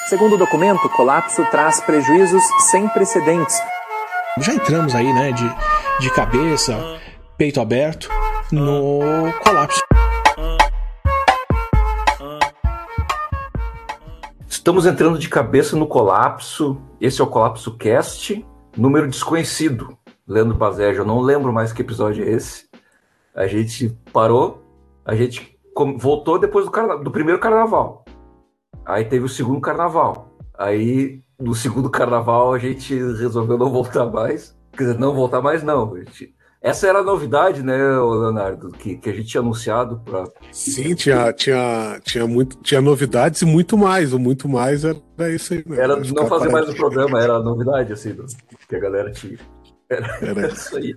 Segundo o documento, o colapso traz prejuízos sem precedentes. Já entramos aí, né, de cabeça, peito aberto, no colapso. Estamos entrando de cabeça no colapso. Esse é o Colapso Cast, número desconhecido. Leandro Bazege, eu não lembro mais que episódio é esse. A gente parou, a gente voltou depois do primeiro carnaval. Aí teve o segundo carnaval. Aí, no segundo carnaval, a gente resolveu não voltar mais. Quer dizer, não voltar mais não. Essa era a novidade, né, Leonardo, que a gente tinha anunciado para. Sim, tinha novidades e muito mais. O muito mais era isso aí, né? Era não fazer mais o programa, era a novidade, assim, que a galera tinha. Era isso aí.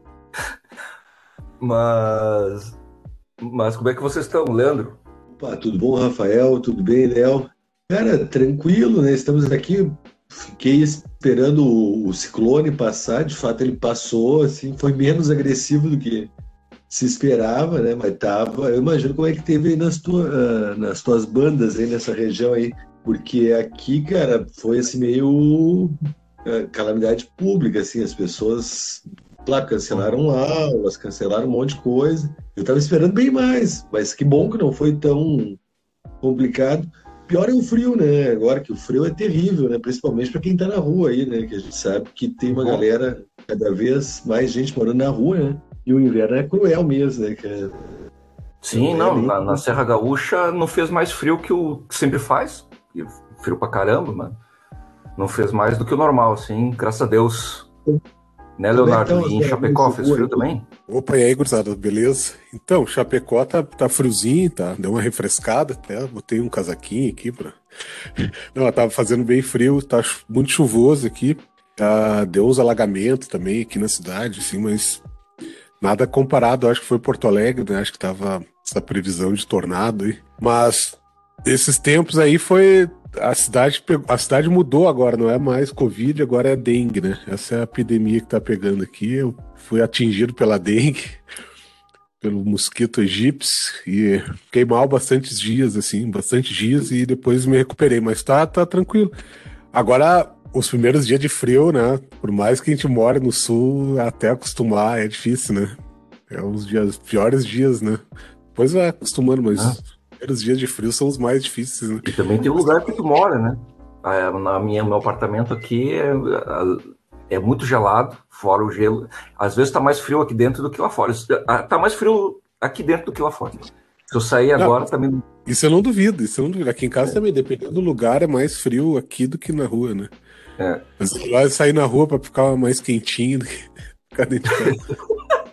Mas como é que vocês estão, Leandro? Opa, tudo bom, Rafael? Tudo bem, Léo? Cara, tranquilo, né? Estamos aqui. Fiquei esperando o ciclone passar. De fato, ele passou, assim, foi menos agressivo do que se esperava, né? Mas tava. Eu imagino como é que teve aí nas tuas bandas aí nessa região aí, porque aqui, cara, foi assim meio calamidade pública, assim, as pessoas, claro, cancelaram aulas, cancelaram um monte de coisa. Eu tava esperando bem mais, mas que bom que não foi tão complicado. Pior é o frio, né? Agora que o frio é terrível, né? Principalmente para quem tá na rua aí, né? Que a gente sabe que tem uma galera, cada vez mais gente morando na rua, né? E o inverno é cruel mesmo, né? Sim, na Serra Gaúcha não fez mais frio que o que sempre faz. Frio pra caramba, mano. Não fez mais do que o normal, assim, graças a Deus. Né, Leonardo? E em Chapecó fez frio também? Opa, e aí, gurizada, beleza? Então, Chapecó tá friozinho, tá? Deu uma refrescada até, botei um casaquinho aqui pra... Não, tava fazendo bem frio, tá muito chuvoso aqui. Deu uns alagamentos também aqui na cidade, assim, mas nada comparado, acho que foi Porto Alegre, né? Acho que tava essa previsão de tornado aí. Mas esses tempos aí foi... A cidade mudou agora, não é mais Covid, agora é dengue, né? Essa é a epidemia que tá pegando aqui. Eu fui atingido pela dengue, pelo mosquito egípcio, e fiquei mal bastante dias, e depois me recuperei, mas tá tranquilo. Agora, os primeiros dias de frio, né? Por mais que a gente mora no sul, até acostumar é difícil, né? É os piores dias, né? Depois vai acostumando, mas... Os dias de frio são os mais difíceis, né? E também tem o lugar que tu mora, né? Meu apartamento aqui é muito gelado, fora o gelo. Às vezes tá mais frio aqui dentro do que lá fora. Tá mais frio aqui dentro do que lá fora. Se eu sair agora também... Isso eu não duvido. Aqui em casa também, dependendo do lugar, é mais frio aqui do que na rua, né? Mas lá sair na rua pra ficar mais quentinho do que ficar dentro de casa.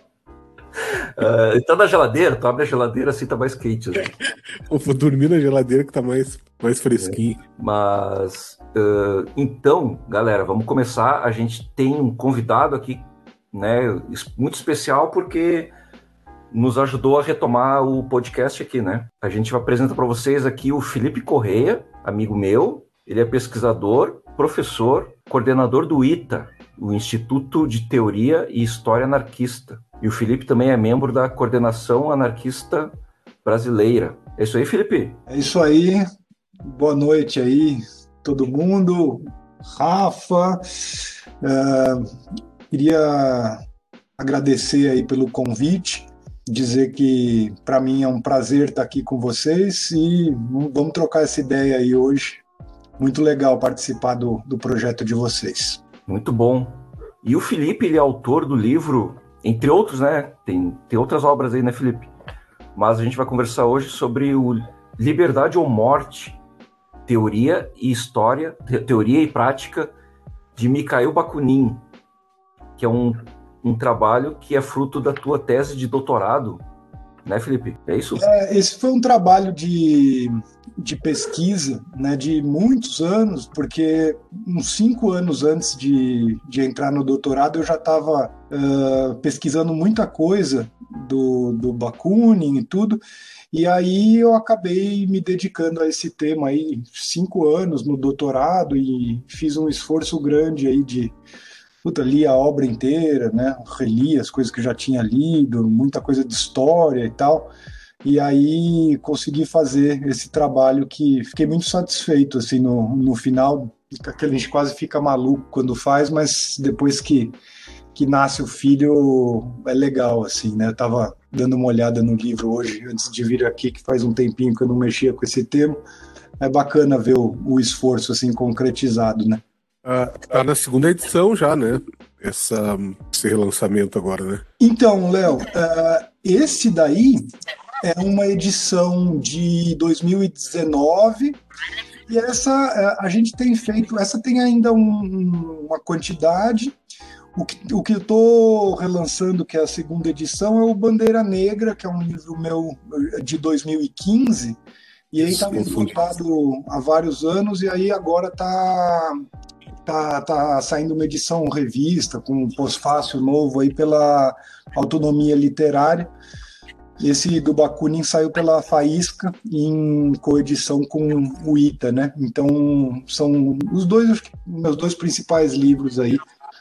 Então na geladeira, tu abre a geladeira assim, tá mais quente. Né? Vou dormir na geladeira que tá mais fresquinho. Mas então, galera, vamos começar. A gente tem um convidado aqui, né, muito especial, porque nos ajudou a retomar o podcast aqui, né? A gente vai apresentar para vocês aqui o Felipe Correia, amigo meu. Ele é pesquisador, professor, coordenador do ITA, o Instituto de Teoria e História Anarquista. E o Felipe também é membro da Coordenação Anarquista Brasileira. É isso aí, Felipe? É isso aí. Boa noite aí, todo mundo. Rafa, queria agradecer aí pelo convite, dizer que para mim é um prazer estar aqui com vocês e vamos trocar essa ideia aí hoje. Muito legal participar do projeto de vocês. Muito bom. E o Felipe, ele é autor do livro... Entre outros, né? Tem outras obras aí, né, Felipe? Mas a gente vai conversar hoje sobre o Liberdade ou Morte, Teoria e Prática de Mikhail Bakunin, que é um trabalho que é fruto da tua tese de doutorado, né, Felipe? É isso? Esse foi um trabalho de pesquisa, né, de muitos anos, porque uns 5 anos antes de entrar no doutorado eu já estava pesquisando muita coisa do Bakunin e tudo, e aí eu acabei me dedicando a esse tema aí 5 anos no doutorado e fiz um esforço grande aí li a obra inteira, né? Reli as coisas que eu já tinha lido, muita coisa de história e tal. E aí consegui fazer esse trabalho que fiquei muito satisfeito, assim, no final, que a gente quase fica maluco quando faz, mas depois que nasce o filho é legal, assim, né? Eu tava dando uma olhada no livro hoje, antes de vir aqui, que faz um tempinho que eu não mexia com esse tema. É bacana ver o esforço, assim, concretizado, né? Tá na segunda edição já, né? Esse relançamento agora, né? Então, Léo, esse daí é uma edição de 2019 e essa a gente tem feito, essa tem ainda uma quantidade. O que eu estou relançando, que é a segunda edição, é o Bandeira Negra, que é um livro meu de 2015, e aí estava esgotado há vários anos, e aí agora tá saindo uma edição revista, com um pós-fácil novo aí pela Autonomia Literária. Esse do Bakunin saiu pela Faísca em coedição com o ITA, né? Então são os dois, meus dois principais livros aí,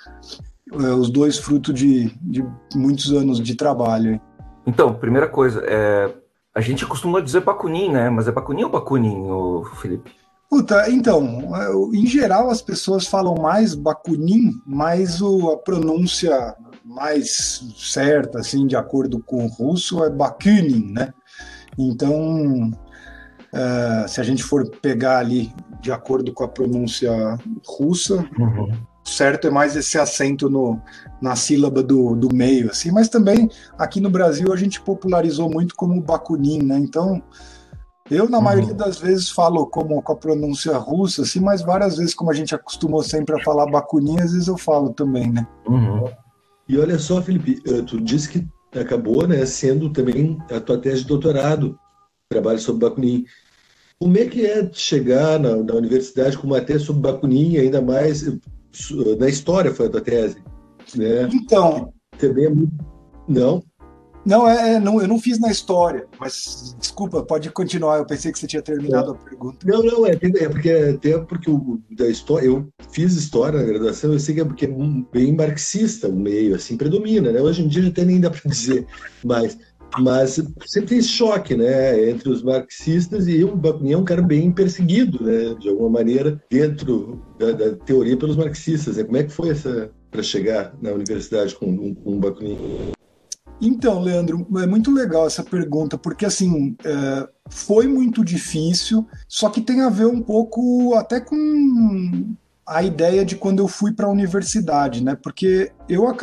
os dois frutos de muitos anos de trabalho. Então, primeira coisa, a gente costuma dizer Bakunin, né? Mas é Bakunin ou Bakunin, Felipe? Puta, então, em geral as pessoas falam mais Bakunin, mas a pronúncia mais certa, assim, de acordo com o russo, é Bakunin, né? Então, se a gente for pegar ali de acordo com a pronúncia russa, certo é mais esse acento na sílaba do meio, assim, mas também aqui no Brasil a gente popularizou muito como Bakunin, né? Então, eu na maioria das vezes falo com a pronúncia russa, assim, mas várias vezes, como a gente acostumou sempre a falar Bakunin, às vezes eu falo também, né? E olha só, Felipe, tu disse que acabou, né, sendo também a tua tese de doutorado, trabalho sobre Bakunin. Como é que é chegar na universidade com uma tese sobre Bakunin, ainda mais na história foi a tua tese, né? Então... Também é muito... Não? Não, eu não fiz na história, mas desculpa, pode continuar, eu pensei que você tinha terminado a pergunta. Não, é porque da história, eu fiz história na graduação, eu sei que é porque é bem marxista o meio, assim, predomina, né? Hoje em dia até nem dá para dizer, mas sempre tem esse choque, né, entre os marxistas e o Bakunin é um cara bem perseguido, né, de alguma maneira, dentro da teoria pelos marxistas, né? Como é que foi para chegar na universidade com o Bakunin? Então, Leandro, é muito legal essa pergunta, porque assim, foi muito difícil, só que tem a ver um pouco até com a ideia de quando eu fui para a universidade, né? Porque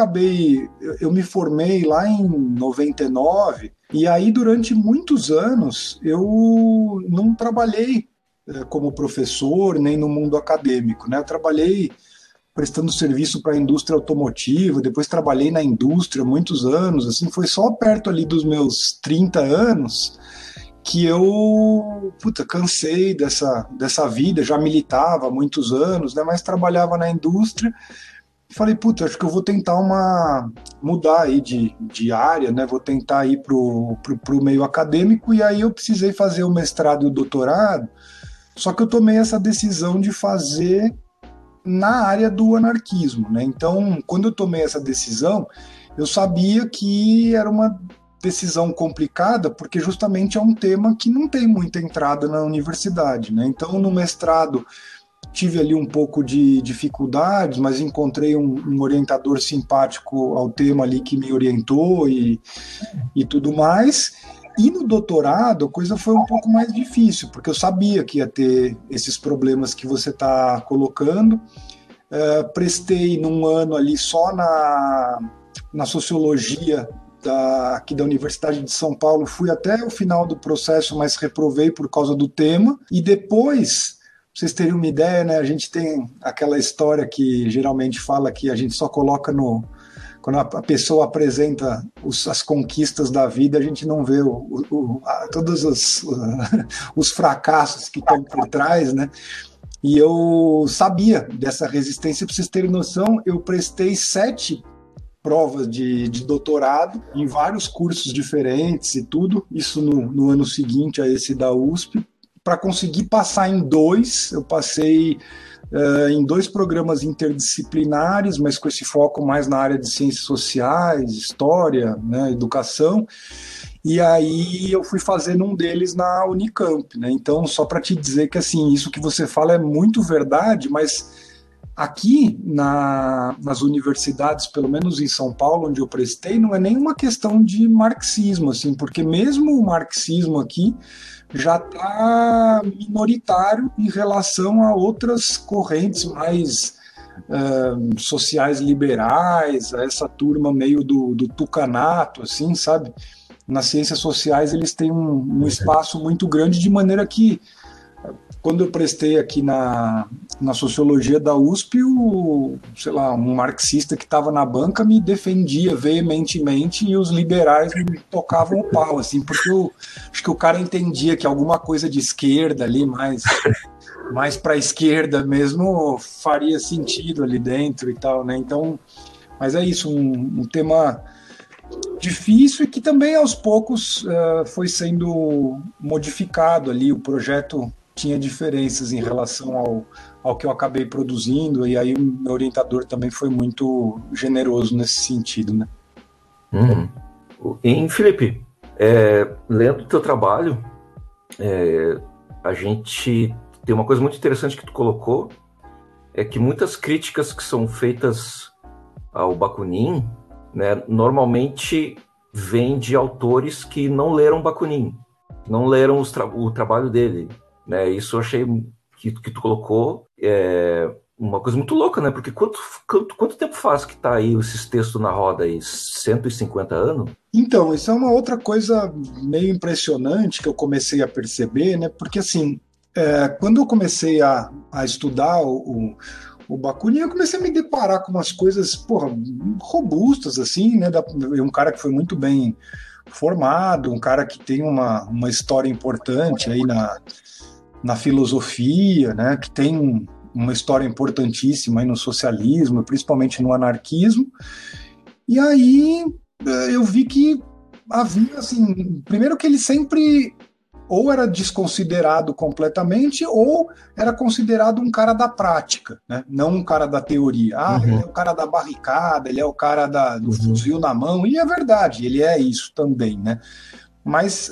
eu me formei lá em 99, e aí durante muitos anos eu não trabalhei como professor, nem no mundo acadêmico, né? Eu trabalhei prestando serviço para a indústria automotiva, depois trabalhei na indústria muitos anos, assim, foi só perto ali dos meus 30 anos que eu cansei dessa vida, já militava há muitos anos, né, mas trabalhava na indústria, e falei, acho que eu vou tentar mudar aí de área, né, vou tentar ir pro meio acadêmico, e aí eu precisei fazer o mestrado e o doutorado, só que eu tomei essa decisão de fazer na área do anarquismo, né? Então, quando eu tomei essa decisão, eu sabia que era uma decisão complicada, porque justamente é um tema que não tem muita entrada na universidade, né? Então, no mestrado, tive ali um pouco de dificuldades, mas encontrei um orientador simpático ao tema ali que me orientou e tudo mais. E no doutorado a coisa foi um pouco mais difícil, porque eu sabia que ia ter esses problemas que você está colocando. Prestei num ano ali só na sociologia aqui da Universidade de São Paulo, fui até o final do processo, mas reprovei por causa do tema. E depois, pra vocês terem uma ideia, né, a gente tem aquela história que geralmente fala que a gente só coloca quando a pessoa apresenta as conquistas da vida, a gente não vê todos os fracassos que estão por trás, né? E eu sabia dessa resistência, para vocês terem noção, eu prestei 7 provas de doutorado em vários cursos diferentes e tudo, isso no ano seguinte a esse da USP, para conseguir passar em 2, eu passei em 2 programas interdisciplinares, mas com esse foco mais na área de ciências sociais, história, né, educação, E aí eu fui fazendo um deles na Unicamp, né? Então, só para te dizer que assim, isso que você fala é muito verdade, mas aqui nas universidades, pelo menos em São Paulo, onde eu prestei, não é nenhuma questão de marxismo, assim, porque mesmo o marxismo aqui já está minoritário em relação a outras correntes mais sociais liberais, a essa turma meio do tucanato, assim, sabe? Nas ciências sociais eles têm um espaço muito grande, de maneira que quando eu prestei aqui na sociologia da USP, sei lá, um marxista que estava na banca me defendia veementemente e os liberais me tocavam o pau, assim, porque acho que o cara entendia que alguma coisa de esquerda ali, mais para a esquerda mesmo, faria sentido ali dentro e tal, né? Então, mas é isso, um tema difícil e que também aos poucos foi sendo modificado ali. O projeto tinha diferenças em relação ao que eu acabei produzindo, e aí o meu orientador também foi muito generoso nesse sentido, né? Em Felipe, lendo o teu trabalho, a gente tem uma coisa muito interessante que tu colocou, é que muitas críticas que são feitas ao Bakunin, né, normalmente vêm de autores que não leram Bakunin, não leram o trabalho dele, né? Isso eu achei que tu colocou uma coisa muito louca, né? Porque quanto tempo faz que tá aí esses textos na roda aí? 150 anos? Então, isso é uma outra coisa meio impressionante que eu comecei a perceber, né? Porque assim, quando eu comecei a estudar o Bakunin, eu comecei a me deparar com umas coisas, porra, robustas, assim, né? Um cara que foi muito bem formado, um cara que tem uma história importante aí na filosofia, né? Que tem uma história importantíssima aí no socialismo, principalmente no anarquismo. E aí eu vi que havia, assim, primeiro que ele sempre ou era desconsiderado completamente, ou era considerado um cara da prática, né? Não um cara da teoria. Ele é o cara da barricada, ele é o cara do fuzil na mão, e é verdade, ele é isso também, né? Mas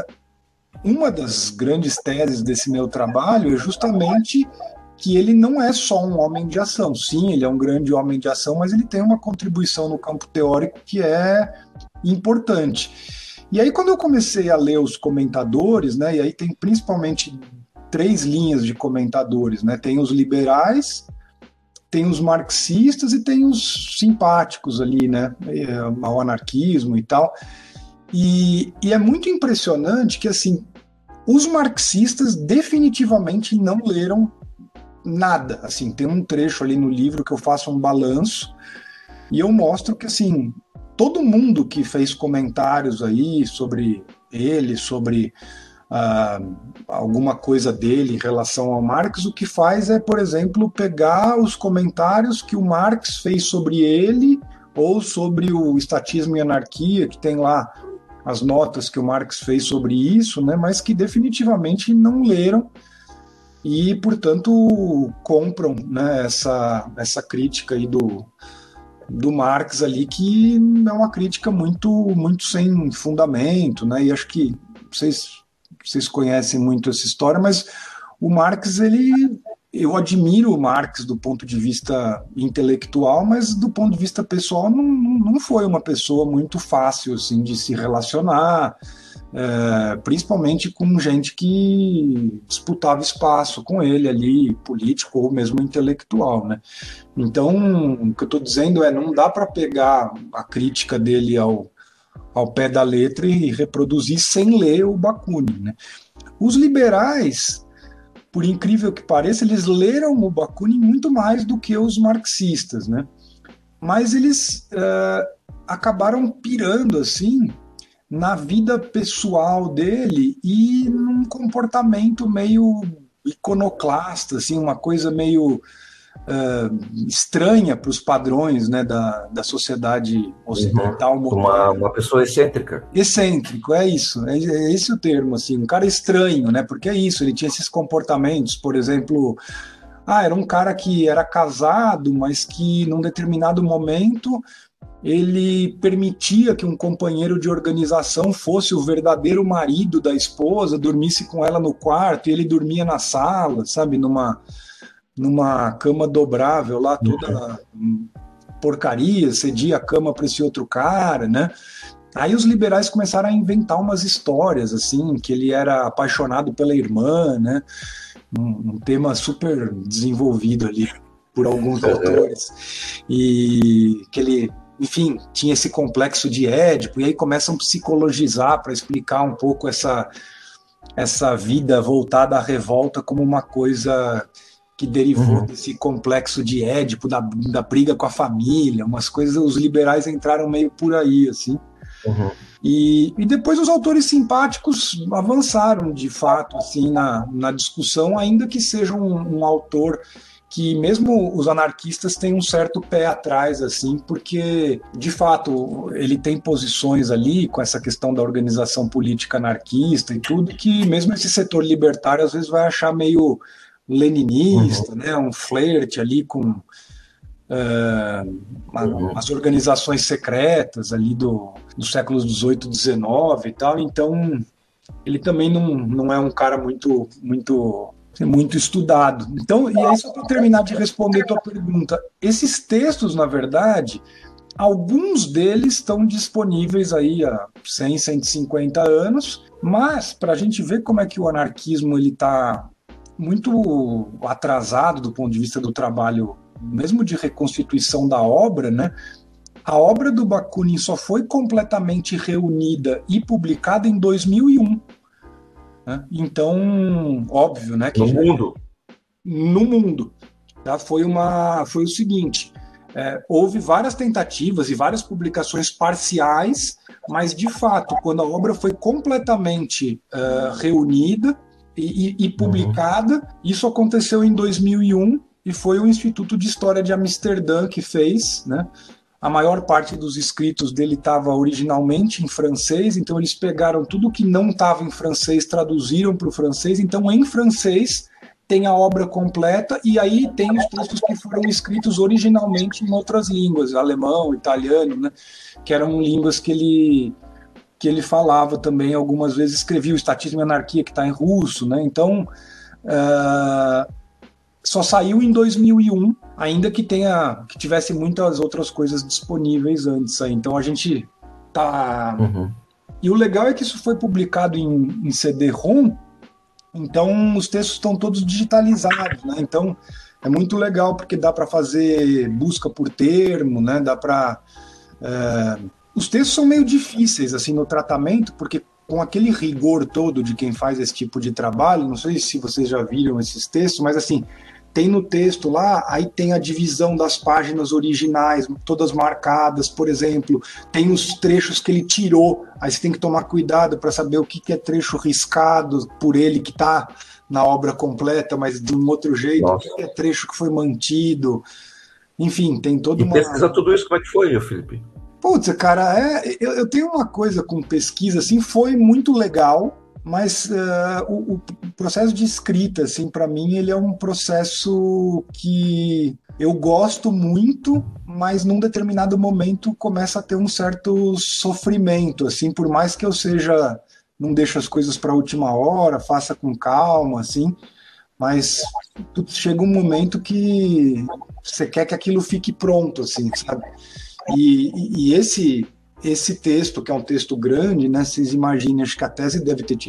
uma das grandes teses desse meu trabalho é justamente que ele não é só um homem de ação. Sim, ele é um grande homem de ação, mas ele tem uma contribuição no campo teórico que é importante. E aí, quando eu comecei a ler os comentadores, né, e aí tem principalmente 3 linhas de comentadores, né? Tem os liberais, tem os marxistas e tem os simpáticos ali, né, ao anarquismo e tal. E é muito impressionante que, assim, os marxistas definitivamente não leram nada. Assim, tem um trecho ali no livro que eu faço um balanço e eu mostro que, assim, todo mundo que fez comentários aí sobre ele, sobre alguma coisa dele em relação ao Marx, o que faz é, por exemplo, pegar os comentários que o Marx fez sobre ele ou sobre o Estatismo e Anarquia, que tem lá as notas que o Marx fez sobre isso, né, mas que definitivamente não leram e, portanto, compram, né, essa crítica aí do Marx ali, que é uma crítica muito, muito sem fundamento, né? E acho que vocês conhecem muito essa história, mas o Marx, eu admiro o Marx do ponto de vista intelectual, mas do ponto de vista pessoal não foi uma pessoa muito fácil assim, de se relacionar, principalmente com gente que disputava espaço com ele ali, político ou mesmo intelectual, né? Então, o que eu estou dizendo não dá para pegar a crítica dele ao pé da letra e reproduzir sem ler o Bakunin, né? Os liberais, por incrível que pareça, eles leram o Bakunin muito mais do que os marxistas, né? Mas eles acabaram pirando, assim, na vida pessoal dele e num comportamento meio iconoclasta, assim, uma coisa meio estranha para os padrões, né, da sociedade ocidental. Uma pessoa excêntrica. Excêntrico, é isso, é esse o termo, assim, um cara estranho, né, porque é isso, ele tinha esses comportamentos, por exemplo, era um cara que era casado, mas que num determinado momento ele permitia que um companheiro de organização fosse o verdadeiro marido da esposa, dormisse com ela no quarto e ele dormia na sala, sabe, numa cama dobrável lá, toda porcaria, cedia a cama para esse outro cara, né? Aí os liberais começaram a inventar umas histórias, assim, que ele era apaixonado pela irmã, né? Um tema super desenvolvido ali por alguns autores, e que ele, enfim, tinha esse complexo de Édipo, e aí começam a psicologizar para explicar um pouco essa vida voltada à revolta como uma coisa que derivou desse complexo de Édipo, da briga com a família, umas coisas, os liberais entraram meio por aí, assim. E depois os autores simpáticos avançaram, de fato, assim, na discussão, ainda que seja um autor que mesmo os anarquistas têm um certo pé atrás, assim, porque, de fato, ele tem posições ali com essa questão da organização política anarquista e tudo, que mesmo esse setor libertário às vezes vai achar meio leninista, né, um flerte ali com as organizações secretas ali dos séculos XVIII, XIX e tal. Então ele também não é um cara muito estudado. Então, e aí só para terminar de responder tua pergunta, esses textos, na verdade, alguns deles estão disponíveis aí há 100, 150 anos, mas para a gente ver como é que o anarquismo ele está muito atrasado do ponto de vista do trabalho, mesmo de reconstituição da obra, né? A obra do Bakunin só foi completamente reunida e publicada em 2001. Né? Então, óbvio, né? Que no mundo. Tá? Foi o seguinte, houve várias tentativas e várias publicações parciais, mas, de fato, quando a obra foi completamente reunida e publicada, isso aconteceu em 2001, e foi o Instituto de História de Amsterdã que fez, né? A maior parte dos escritos dele estava originalmente em francês, então eles pegaram tudo que não estava em francês, traduziram para o francês, então em francês tem a obra completa, e aí tem os textos que foram escritos originalmente em outras línguas, alemão, italiano, né? Que eram línguas que ele falava também, algumas vezes escrevia o Estatismo e Anarquia, que está em russo, né? Então, só saiu em 2001, ainda que tivesse muitas outras coisas disponíveis antes aí. Então a gente tá... E o legal é que isso foi publicado em CD-ROM, então os textos estão todos digitalizados, né? Então é muito legal, porque dá para fazer busca por termo, né? Dá para... Os textos são meio difíceis assim no tratamento, porque com aquele rigor todo de quem faz esse tipo de trabalho, não sei se vocês já viram esses textos, mas assim, tem no texto lá, aí tem a divisão das páginas originais, todas marcadas, por exemplo, tem os trechos que ele tirou, aí você tem que tomar cuidado para saber o que é trecho riscado por ele, que está na obra completa, mas de um outro jeito, o que é trecho que foi mantido, enfim, tem toda uma... E pesquisar tudo isso, como é que foi, Felipe? Putz, cara, eu tenho uma coisa com pesquisa, assim, foi muito legal, mas o processo de escrita, assim, para mim, ele é um processo que eu gosto muito, mas num determinado momento começa a ter um certo sofrimento, assim, por mais que eu não deixo as coisas para a última hora, faça com calma, assim, mas chega um momento que você quer que aquilo fique pronto, assim, sabe? E esse texto, que é um texto grande, né, vocês imaginem, acho que a tese deve ter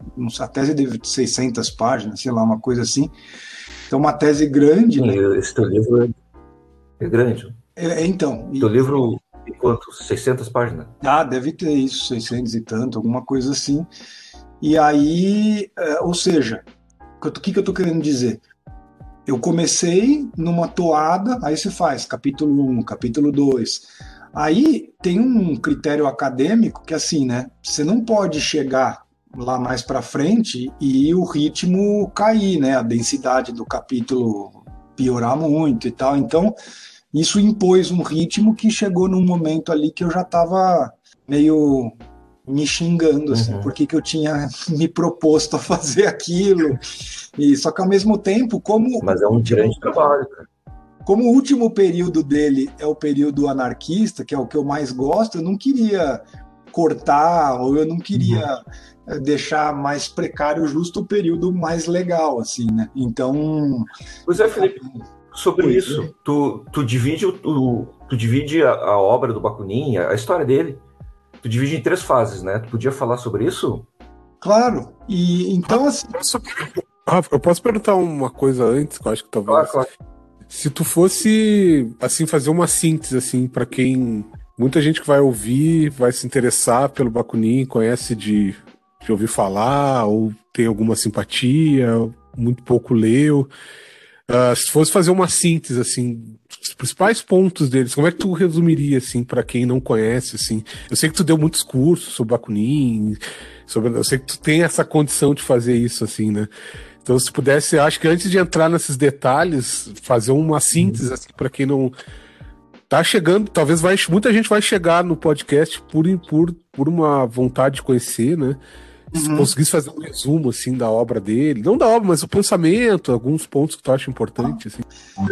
600 páginas, sei lá, uma coisa assim. Então, uma tese grande. Sim, né? Esse teu livro é grande. Então. Teu livro tem quanto? 600 páginas? Deve ter isso, 600 e tanto, alguma coisa assim. E aí, ou seja, o que eu estou querendo dizer? Eu comecei numa toada, aí você faz capítulo 1, capítulo 2. Aí tem um critério acadêmico que, assim, né? Você não pode chegar lá mais para frente e o ritmo cair, né? A densidade do capítulo piorar muito e tal. Então, isso impôs um ritmo que chegou num momento ali que eu já estava meio me xingando, assim, porque que eu tinha me proposto a fazer aquilo. E só que ao mesmo tempo, como... Mas é um grande trabalho, cara. como o último período dele é o período anarquista, que é o que eu mais gosto, eu não queria cortar, ou eu não queria deixar mais precário justo o período mais legal, assim, né? Então... Pois é, Felipe, sobre isso, tu divide, tu divide a obra do Bakunin, a história dele, tu divide em 3 fases, né? Tu podia falar sobre isso? Claro, e então assim... Rafa, eu posso perguntar uma coisa antes, que eu acho que talvez... Claro. Se tu fosse, assim, fazer uma síntese, assim, para quem... Muita gente que vai ouvir, vai se interessar pelo Bakunin, conhece de ouvir falar, ou tem alguma simpatia, muito pouco leu. Se fosse fazer uma síntese, assim, os principais pontos deles, como é que tu resumiria, assim, para quem não conhece, assim? Eu sei que tu deu muitos cursos sobre Bakunin, eu sei que tu tem essa condição de fazer isso, assim, né? Então, se pudesse, acho que antes de entrar nesses detalhes, fazer uma síntese, assim, para quem não tá chegando, talvez muita gente vai chegar no podcast por uma vontade de conhecer, né? Se conseguisse fazer um resumo, assim, da obra dele, não da obra, mas o pensamento, alguns pontos que tu acha importante, assim.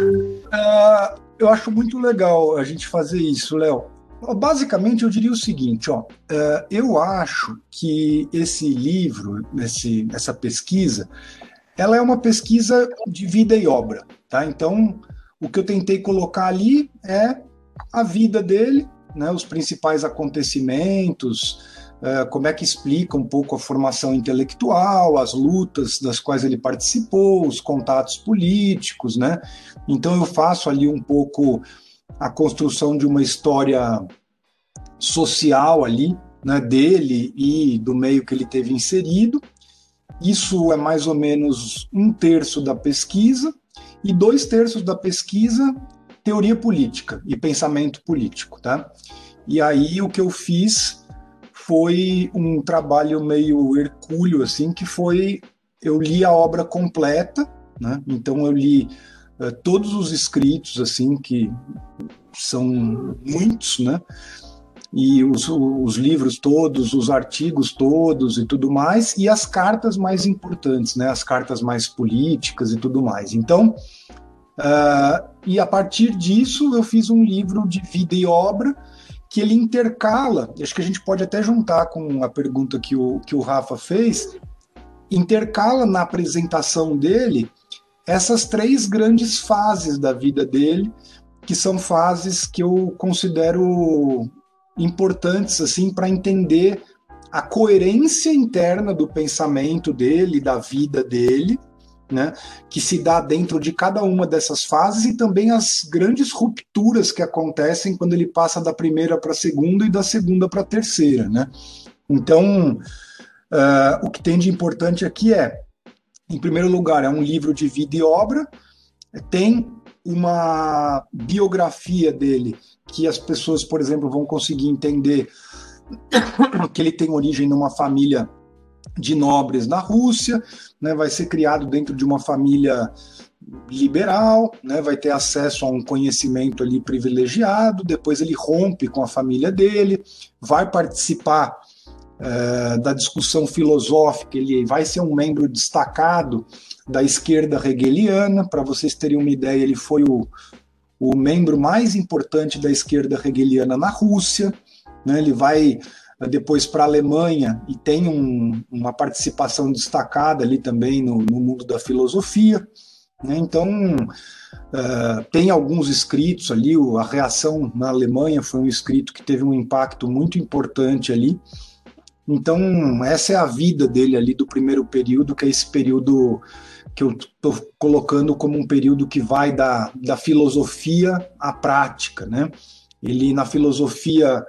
Eu acho muito legal a gente fazer isso, Léo. Basicamente, eu diria o seguinte, eu acho que esse livro, essa pesquisa, ela é uma pesquisa de vida e obra, tá? Então, o que eu tentei colocar ali é a vida dele, né, os principais acontecimentos, como é que explica um pouco a formação intelectual, as lutas das quais ele participou, os contatos políticos, né? Então eu faço ali um pouco a construção de uma história social ali, né, dele e do meio que ele teve inserido. Isso é mais ou menos 1/3 da pesquisa, e 2/3 da pesquisa, teoria política e pensamento político, tá? E aí o que eu fiz foi um trabalho meio hercúleo, assim, que foi, eu li a obra completa, né? Então eu li todos os escritos, assim, que são muitos, né? E os livros todos, os artigos todos e tudo mais, e as cartas mais importantes, né? As cartas mais políticas e tudo mais. Então, e a partir disso eu fiz um livro de vida e obra que ele intercala, acho que a gente pode até juntar com a pergunta que o Rafa fez, intercala na apresentação dele essas 3 grandes fases da vida dele, que são fases que eu considero importantes, assim, para entender a coerência interna do pensamento dele, da vida dele, né, que se dá dentro de cada uma dessas fases, e também as grandes rupturas que acontecem quando ele passa da primeira para a segunda e da segunda para a terceira, né? Então, o que tem de importante aqui é, em primeiro lugar, é um livro de vida e obra, tem uma biografia dele que as pessoas, por exemplo, vão conseguir entender que ele tem origem numa família de nobres na Rússia, né, vai ser criado dentro de uma família liberal, né, vai ter acesso a um conhecimento ali privilegiado, depois ele rompe com a família dele, vai participar da discussão filosófica, ele vai ser um membro destacado da esquerda hegeliana. Para vocês terem uma ideia, ele foi o membro mais importante da esquerda hegeliana na Rússia, né, ele vai depois para a Alemanha e tem uma participação destacada ali também no mundo da filosofia, né? Então, tem alguns escritos ali, a Reação na Alemanha foi um escrito que teve um impacto muito importante ali. Então, essa é a vida dele ali do primeiro período, que é esse período que eu estou colocando como um período que vai da filosofia à prática, né? Ele, na filosofia,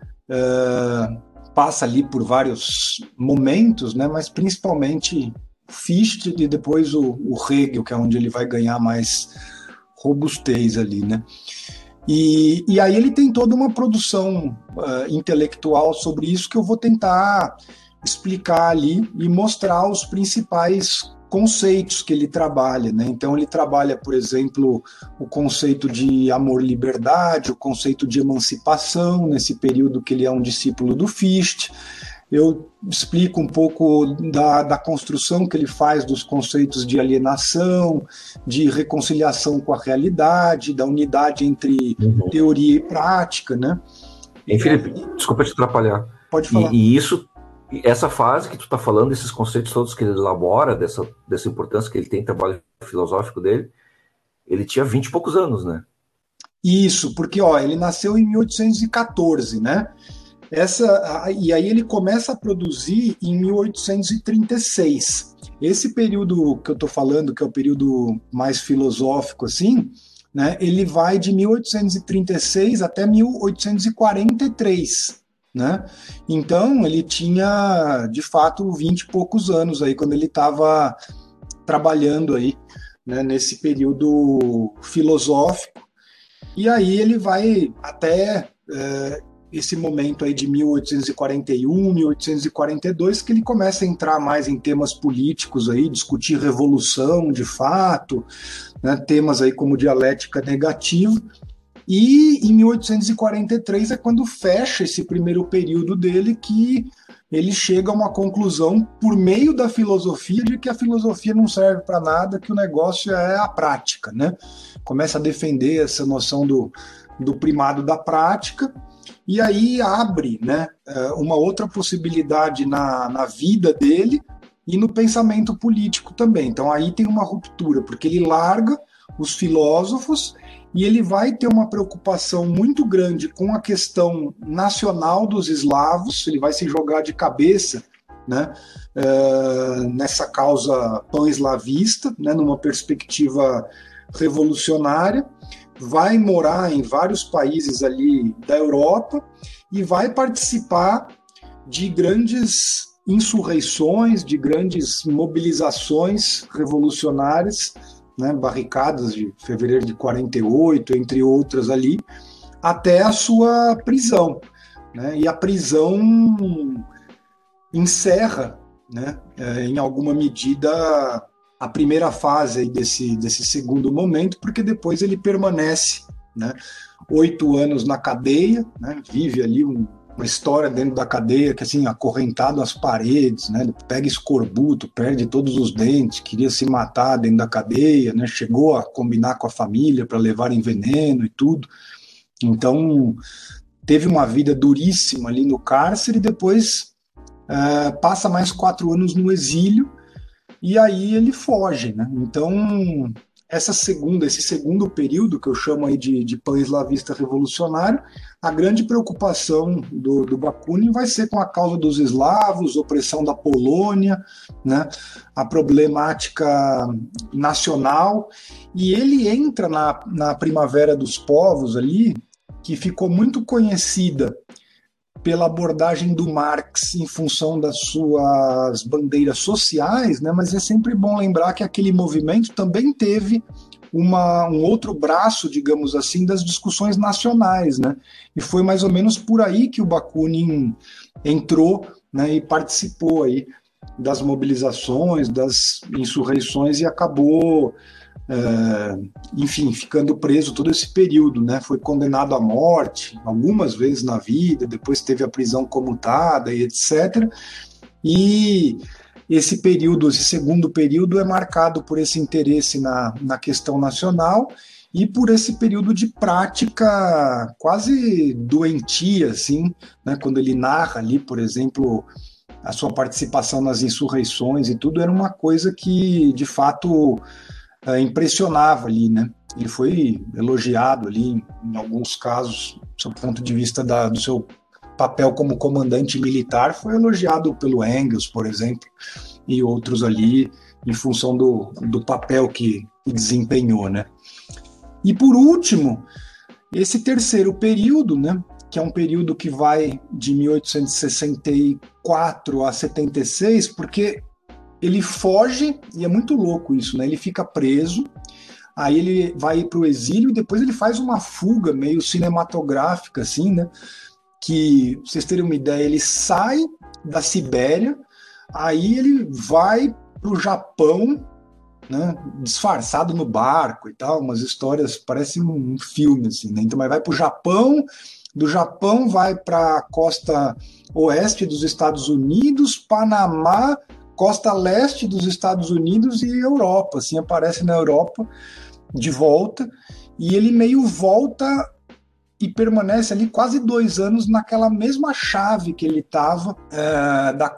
passa ali por vários momentos, né? Mas principalmente Fichte e depois o Hegel, que é onde ele vai ganhar mais robustez ali, né? E aí ele tem toda uma produção intelectual sobre isso que eu vou tentar explicar ali e mostrar os principais conceitos que ele trabalha, né? Então ele trabalha, por exemplo, o conceito de amor-liberdade, o conceito de emancipação, nesse período que ele é um discípulo do Fichte. eu explico um pouco da construção que ele faz dos conceitos de alienação, de reconciliação com a realidade, da unidade entre teoria e prática, né? Felipe, desculpa te atrapalhar. Pode falar. Essa fase que tu está falando, esses conceitos todos que ele elabora, dessa importância que ele tem no trabalho filosófico dele, ele tinha 20 e poucos anos, né? Isso, porque ele nasceu em 1814, né? E aí ele começa a produzir em 1836. Esse período que eu estou falando, que é o período mais filosófico, assim, né? Ele vai de 1836 até 1843. Né? Então ele tinha de fato 20 e poucos anos aí quando ele estava trabalhando aí, né, nesse período filosófico, e aí ele vai até esse momento aí de 1841, 1842, que ele começa a entrar mais em temas políticos aí, discutir revolução de fato, né, temas aí como dialética negativa. E em 1843 é quando fecha esse primeiro período dele, que ele chega a uma conclusão por meio da filosofia de que a filosofia não serve para nada, que o negócio é a prática, né? Começa a defender essa noção do primado da prática, e aí abre, né, uma outra possibilidade na vida dele e no pensamento político também. Então aí tem uma ruptura, porque ele larga os filósofos e ele vai ter uma preocupação muito grande com a questão nacional dos eslavos, ele vai se jogar de cabeça, né, nessa causa pan-eslavista, né, numa perspectiva revolucionária, vai morar em vários países ali da Europa e vai participar de grandes insurreições, de grandes mobilizações revolucionárias, né, barricadas de fevereiro de 48, entre outras ali, até a sua prisão, né, e a prisão encerra, né, em alguma medida a primeira fase aí desse segundo momento, porque depois ele permanece, né, 8 anos na cadeia, né, vive ali uma história dentro da cadeia, que assim, acorrentado às paredes, né, pega escorbuto, perde todos os dentes, queria se matar dentro da cadeia, né, chegou a combinar com a família para levarem veneno e tudo. Então teve uma vida duríssima ali no cárcere, e depois passa mais 4 anos no exílio, e aí ele foge, né? Então esse segundo período, que eu chamo aí de pan-eslavista revolucionário, a grande preocupação do Bakunin vai ser com a causa dos eslavos, opressão da Polônia, né, a problemática nacional, e ele entra na Primavera dos Povos ali, que ficou muito conhecida pela abordagem do Marx em função das suas bandeiras sociais, né? Mas é sempre bom lembrar que aquele movimento também teve um outro braço, digamos assim, das discussões nacionais, né? E foi mais ou menos por aí que o Bakunin entrou, né, e participou aí das mobilizações, das insurreições, e acabou enfim, ficando preso todo esse período, né? Foi condenado à morte algumas vezes na vida, depois teve a prisão comutada e etc. E esse segundo período é marcado por esse interesse na questão nacional e por esse período de prática quase doentia, assim, né? Quando ele narra ali, por exemplo, a sua participação nas insurreições e tudo, era uma coisa que, de fato, impressionava ali, né? Ele foi elogiado ali em alguns casos, do ponto de vista do seu papel como comandante militar, foi elogiado pelo Engels, por exemplo, e outros ali, em função do papel que desempenhou, né? E por último, esse terceiro período, né, que é um período que vai de 1864 a 76, porque ele foge, e é muito louco isso, né? Ele fica preso, aí ele vai para o exílio e depois ele faz uma fuga meio cinematográfica, assim, né? Que, pra vocês terem uma ideia, ele sai da Sibéria, aí ele vai para o Japão, né? Disfarçado no barco e tal, umas histórias, parece um filme, assim, né? Então, mas vai para o Japão, Do Japão vai para a costa oeste dos Estados Unidos, Panamá, costa leste dos Estados Unidos e Europa. Assim, aparece na Europa de volta, e ele meio volta e permanece ali quase 2 anos naquela mesma chave que ele estava da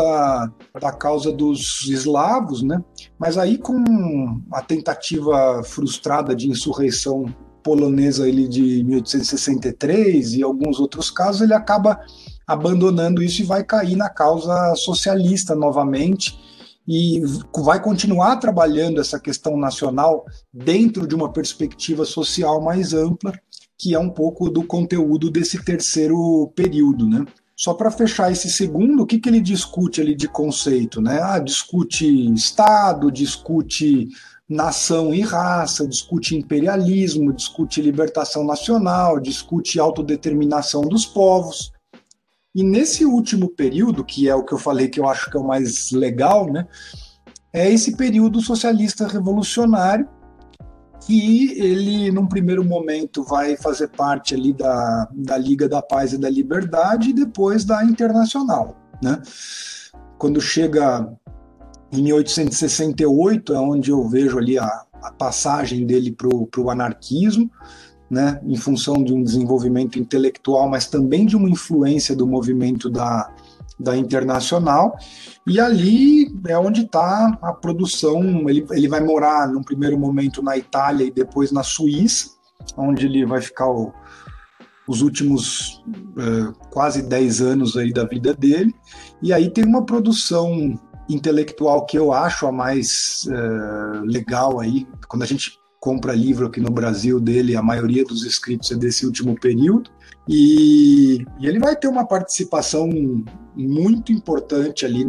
causa dos eslavos, né? Mas aí, com a tentativa frustrada de insurreição polonesa ele de 1863 e alguns outros casos, ele acaba abandonando isso e vai cair na causa socialista novamente, e vai continuar trabalhando essa questão nacional dentro de uma perspectiva social mais ampla, que é um pouco do conteúdo desse terceiro período, né? Só para fechar esse segundo, o que ele discute ali de conceito, né? Discute Estado, discute nação e raça, discute imperialismo, discute libertação nacional, discute autodeterminação dos povos. E nesse último período, que é o que eu falei que eu acho que é o mais legal, né? É esse período socialista revolucionário, que ele, num primeiro momento, vai fazer parte ali da Liga da Paz e da Liberdade e depois da Internacional, né? Quando chega em 1868, é onde eu vejo ali a passagem dele para o anarquismo, né? Em função de um desenvolvimento intelectual, mas também de uma influência do movimento da Internacional, e ali é onde está a produção. Ele vai morar num primeiro momento na Itália e depois na Suíça, onde ele vai ficar os últimos quase 10 anos aí da vida dele, e aí tem uma produção intelectual que eu acho a mais legal aí. Quando a gente compra livro aqui no Brasil dele, a maioria dos escritos é desse último período, e ele vai ter uma participação muito importante ali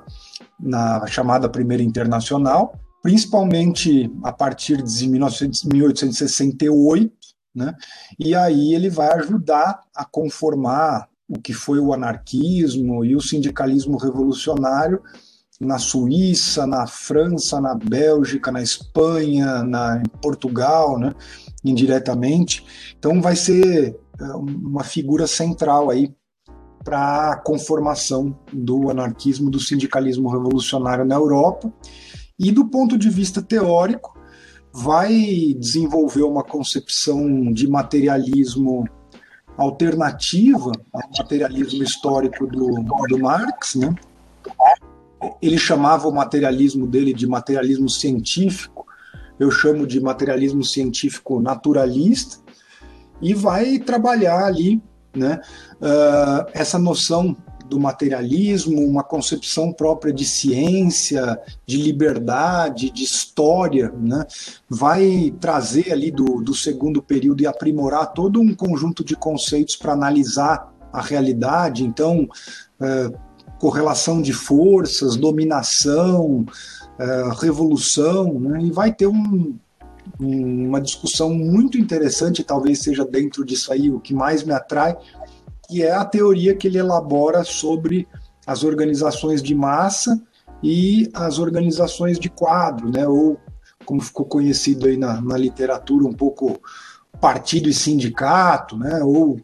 na chamada Primeira Internacional, principalmente a partir de 1868, né? E aí ele vai ajudar a conformar o que foi o anarquismo e o sindicalismo revolucionário na Suíça, na França, na Bélgica, na Espanha, em Portugal, né, indiretamente. Então vai ser uma figura central aí para a conformação do anarquismo, do sindicalismo revolucionário na Europa. E do ponto de vista teórico, vai desenvolver uma concepção de materialismo alternativa ao materialismo histórico do Marx, né? Ele chamava o materialismo dele de materialismo científico, eu chamo de materialismo científico naturalista, e vai trabalhar ali, né, essa noção do materialismo, uma concepção própria de ciência, de liberdade, de história, né? Vai trazer ali do segundo período e aprimorar todo um conjunto de conceitos para analisar a realidade. Então, correlação de forças, dominação, revolução, né? E vai ter uma discussão muito interessante, talvez seja dentro disso aí o que mais me atrai, que é a teoria que ele elabora sobre as organizações de massa e as organizações de quadro, né? Ou, como ficou conhecido aí na literatura, um pouco partido e sindicato, né? Ou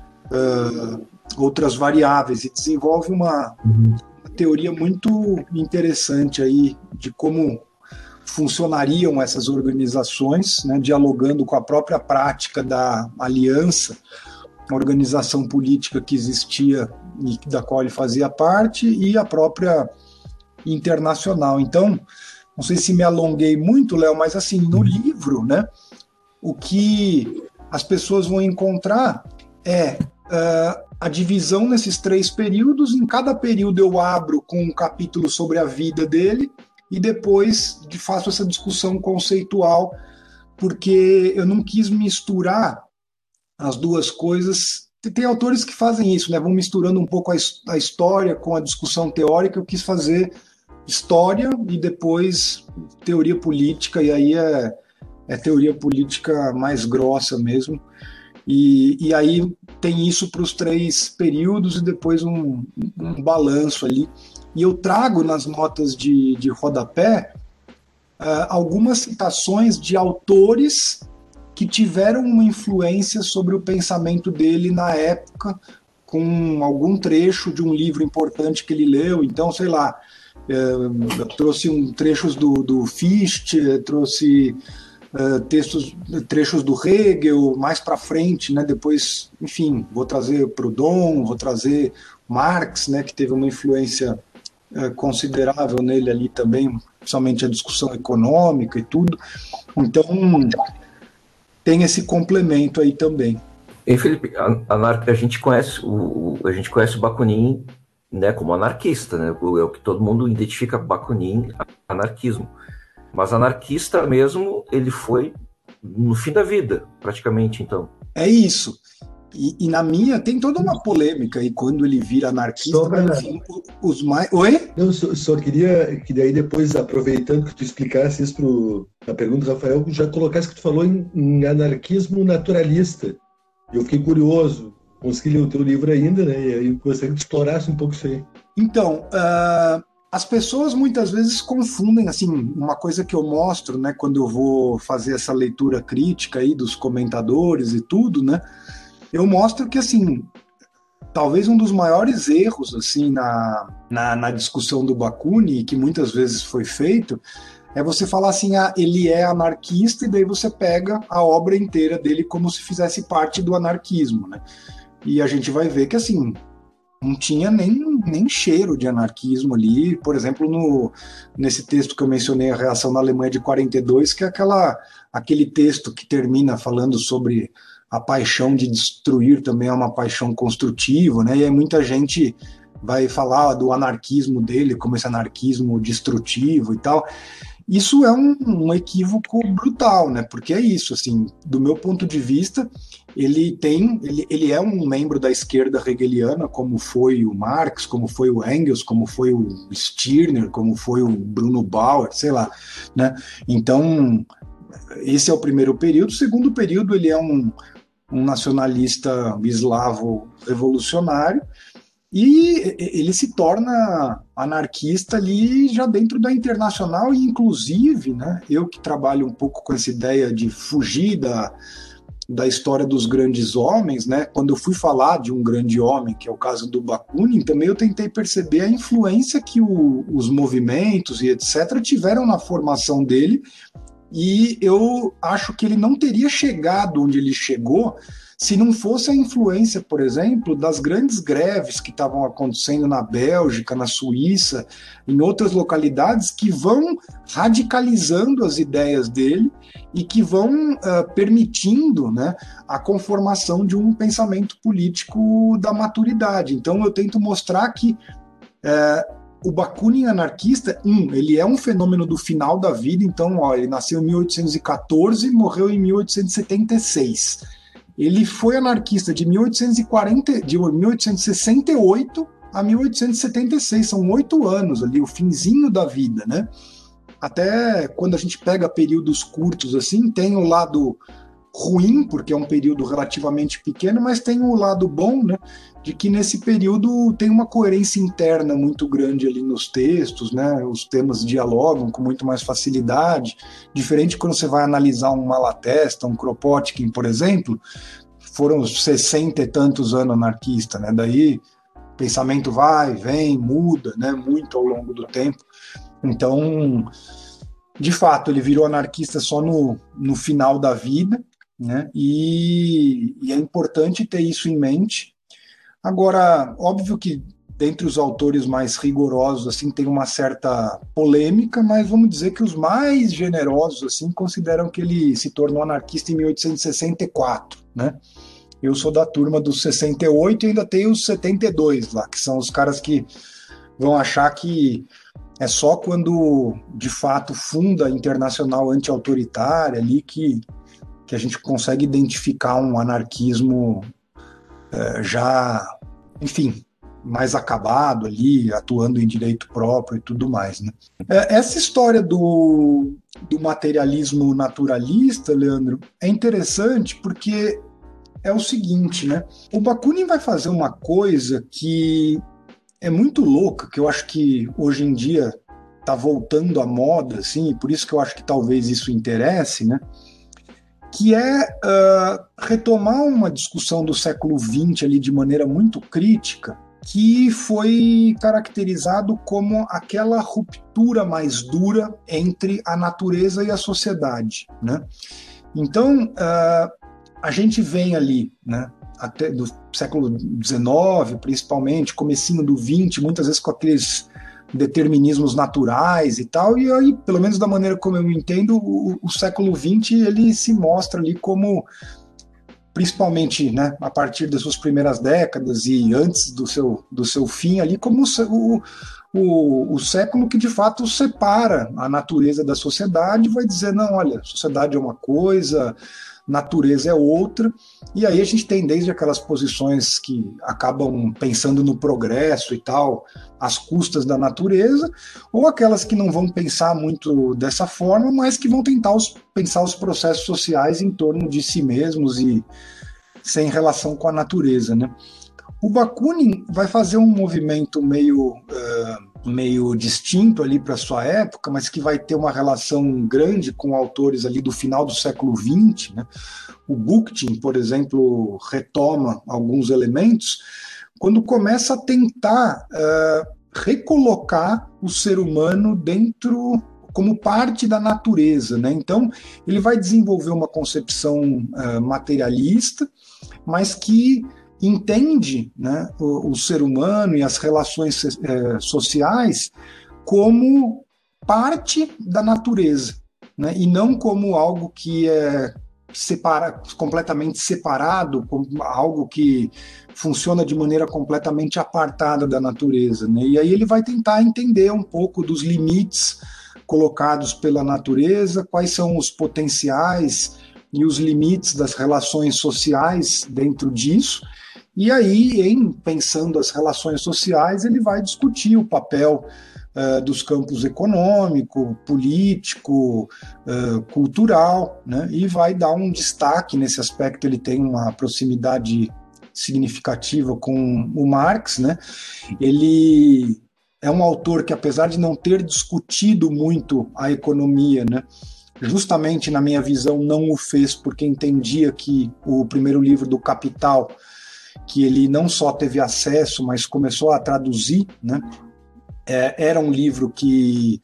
outras variáveis, e desenvolve uma teoria muito interessante aí de como funcionariam essas organizações, né, dialogando com a própria prática da aliança, a organização política que existia e da qual ele fazia parte, e a própria internacional. Então, não sei se me alonguei muito, Léo, mas assim, no livro, né, o que as pessoas vão encontrar é a divisão nesses 3 períodos. Em cada período eu abro com um capítulo sobre a vida dele e depois faço essa discussão conceitual, porque eu não quis misturar as duas coisas. Tem autores que fazem isso, né? Vão misturando um pouco a história com a discussão teórica. Eu quis fazer história e depois teoria política, e aí é teoria política mais grossa mesmo. E aí tem isso para os 3 períodos e depois um balanço ali. E eu trago nas notas de rodapé algumas citações de autores que tiveram uma influência sobre o pensamento dele na época, com algum trecho de um livro importante que ele leu. Então, sei lá, eu trouxe trechos do Fichte, trouxe trechos do Hegel, mais para frente, né? Depois, enfim, vou trazer Proudhon, vou trazer Marx, né? Que teve uma influência considerável nele ali também, principalmente a discussão econômica e tudo. Então, tem esse complemento aí também. E Felipe, a gente conhece o Bakunin, né, como anarquista, né? É o que todo mundo identifica Bakunin, anarquismo. Mas anarquista mesmo, ele foi no fim da vida, praticamente, então. É isso. E na minha tem toda uma polêmica aí quando ele vira anarquista, mas enfim, os mais... Oi? Eu só queria que daí depois, aproveitando que tu explicasse isso na pergunta do Rafael, já colocasse que tu falou em anarquismo naturalista. Eu fiquei curioso, consegui ler o teu livro ainda, né? E aí gostaria que tu explorasse um pouco isso aí. Então, as pessoas muitas vezes confundem, assim, uma coisa que eu mostro, né, quando eu vou fazer essa leitura crítica aí dos comentadores e tudo, né? Eu mostro que, assim, talvez um dos maiores erros, assim, na discussão do Bakunin, que muitas vezes foi feito, é você falar assim, ele é anarquista, e daí você pega a obra inteira dele como se fizesse parte do anarquismo, né? E a gente vai ver que, assim, não tinha nem cheiro de anarquismo ali. Por exemplo, nesse texto que eu mencionei, A Reação na Alemanha de 42, que é aquele texto que termina falando sobre a paixão de destruir também é uma paixão construtiva, né? E aí muita gente vai falar do anarquismo dele como esse anarquismo destrutivo e tal. Isso é um equívoco brutal, né? Porque é isso, assim, do meu ponto de vista, ele é um membro da esquerda hegeliana, como foi o Marx, como foi o Engels, como foi o Stirner, como foi o Bruno Bauer, sei lá, né? Então, esse é o primeiro período. O segundo período, ele é um nacionalista eslavo revolucionário, e ele se torna anarquista ali já dentro da Internacional, e inclusive, né, eu que trabalho um pouco com essa ideia de fugir da história dos grandes homens, né, quando eu fui falar de um grande homem, que é o caso do Bakunin, também eu tentei perceber a influência que os movimentos e etc. tiveram na formação dele, e eu acho que ele não teria chegado onde ele chegou se não fosse a influência, por exemplo, das grandes greves que estavam acontecendo na Bélgica, na Suíça, em outras localidades, que vão radicalizando as ideias dele e que vão permitindo, né, a conformação de um pensamento político da maturidade. Então eu tento mostrar que o Bakunin anarquista, ele é um fenômeno do final da vida. Então, ele nasceu em 1814 e morreu em 1876. Ele foi anarquista de 1868 a 1876, são 8 anos ali, o finzinho da vida, né? Até quando a gente pega períodos curtos assim, tem o lado ruim, porque é um período relativamente pequeno, mas tem o lado bom, né? De que nesse período tem uma coerência interna muito grande ali nos textos, né? Os temas dialogam com muito mais facilidade, diferente quando você vai analisar um Malatesta, um Kropotkin, por exemplo, foram 60 e tantos anos anarquista, né? Daí o pensamento vai, vem, muda, né? Muito ao longo do tempo. Então, de fato, ele virou anarquista só no final da vida, né? E é importante ter isso em mente. Agora, óbvio que dentre os autores mais rigorosos assim tem uma certa polêmica, mas vamos dizer que os mais generosos assim consideram que ele se tornou anarquista em 1864, né? Eu sou da turma dos 68 e ainda tem os 72 lá, que são os caras que vão achar que é só quando de fato funda a Internacional Anti-Autoritária ali que a gente consegue identificar um anarquismo já, enfim, mais acabado ali, atuando em direito próprio e tudo mais, né? Essa história do materialismo naturalista, Leandro, é interessante porque é o seguinte, né? O Bakunin vai fazer uma coisa que é muito louca, que eu acho que hoje em dia está voltando à moda, assim, e por isso que eu acho que talvez isso interesse, né? que é retomar uma discussão do século XX ali de maneira muito crítica, que foi caracterizado como aquela ruptura mais dura entre a natureza e a sociedade, né? Então, a gente vem ali, né, até do século XIX, principalmente, comecinho do XX, muitas vezes com aqueles determinismos naturais e tal, e aí, pelo menos da maneira como eu entendo, o século XX ele se mostra ali como, principalmente, né, a partir das suas primeiras décadas e antes do seu fim ali, como o século que de fato separa a natureza da sociedade, vai dizer, não, olha, sociedade é uma coisa, natureza é outra, e aí a gente tem desde aquelas posições que acabam pensando no progresso e tal, às custas da natureza, ou aquelas que não vão pensar muito dessa forma, mas que vão tentar pensar os processos sociais em torno de si mesmos e sem relação com a natureza, né? O Bakunin vai fazer um movimento meio distinto ali para sua época, mas que vai ter uma relação grande com autores ali do final do século XX, né? O Bakhtin, por exemplo, retoma alguns elementos quando começa a tentar recolocar o ser humano dentro como parte da natureza, né? Então ele vai desenvolver uma concepção materialista, mas que entende, né, o ser humano e as relações sociais como parte da natureza, né, e não como algo que é completamente separado, como algo que funciona de maneira completamente apartada da natureza, né? E aí ele vai tentar entender um pouco dos limites colocados pela natureza, quais são os potenciais e os limites das relações sociais dentro disso. E aí, pensando as relações sociais, ele vai discutir o papel dos campos econômico, político, cultural, né? E vai dar um destaque nesse aspecto. Ele tem uma proximidade significativa com o Marx, né? Ele é um autor que, apesar de não ter discutido muito a economia, né, justamente na minha visão não o fez porque entendia que o primeiro livro do Capital, que ele não só teve acesso, mas começou a traduzir, né? Era um livro que,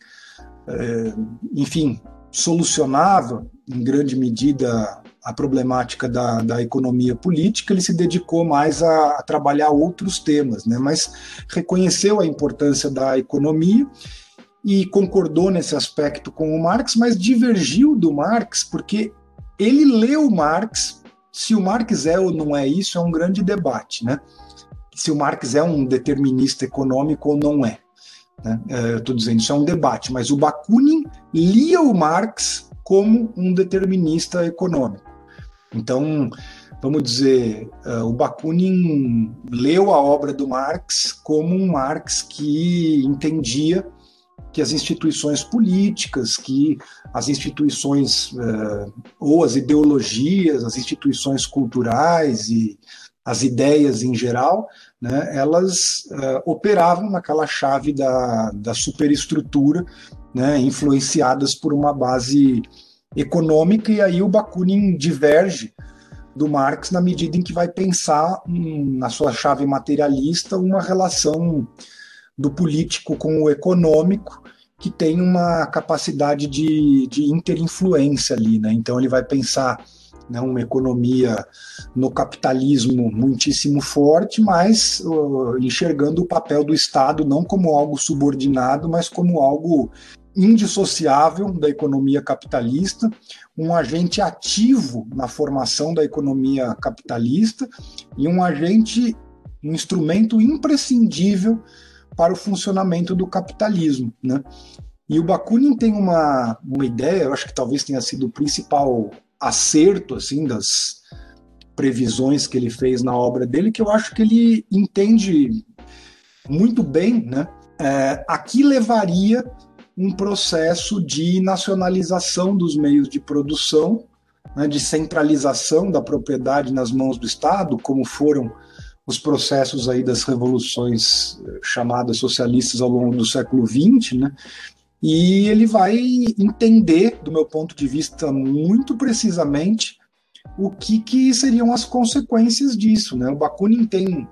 enfim, solucionava em grande medida a problemática da economia política. Ele se dedicou mais a trabalhar outros temas, né? Mas reconheceu a importância da economia e concordou nesse aspecto com o Marx, mas divergiu do Marx porque ele leu Marx. Se o Marx é ou não é isso, é um grande debate, né? Se o Marx é um determinista econômico ou não é, né? Eu estou dizendo, isso é um debate, mas o Bakunin lia o Marx como um determinista econômico. Então, vamos dizer, o Bakunin leu a obra do Marx como um Marx que entendia que as instituições políticas, que as instituições ou as ideologias, as instituições culturais e as ideias em geral, né, elas operavam naquela chave da superestrutura, né, influenciadas por uma base econômica, e aí o Bakunin diverge do Marx na medida em que vai pensar na sua chave materialista uma relação do político com o econômico, que tem uma capacidade de interinfluência ali, né? Então ele vai pensar, né, uma economia no capitalismo muitíssimo forte, mas enxergando o papel do Estado não como algo subordinado, mas como algo indissociável da economia capitalista, um agente ativo na formação da economia capitalista e um instrumento imprescindível para o funcionamento do capitalismo, né? E o Bakunin tem uma ideia, eu acho que talvez tenha sido o principal acerto assim, das previsões que ele fez na obra dele, que eu acho que ele entende muito bem, né? Aqui levaria um processo de nacionalização dos meios de produção, né, de centralização da propriedade nas mãos do Estado, como foram os processos aí das revoluções chamadas socialistas ao longo do século XX, né? e ele vai entender, do meu ponto de vista, muito precisamente o que seriam as consequências disso, né? O Bakunin tem,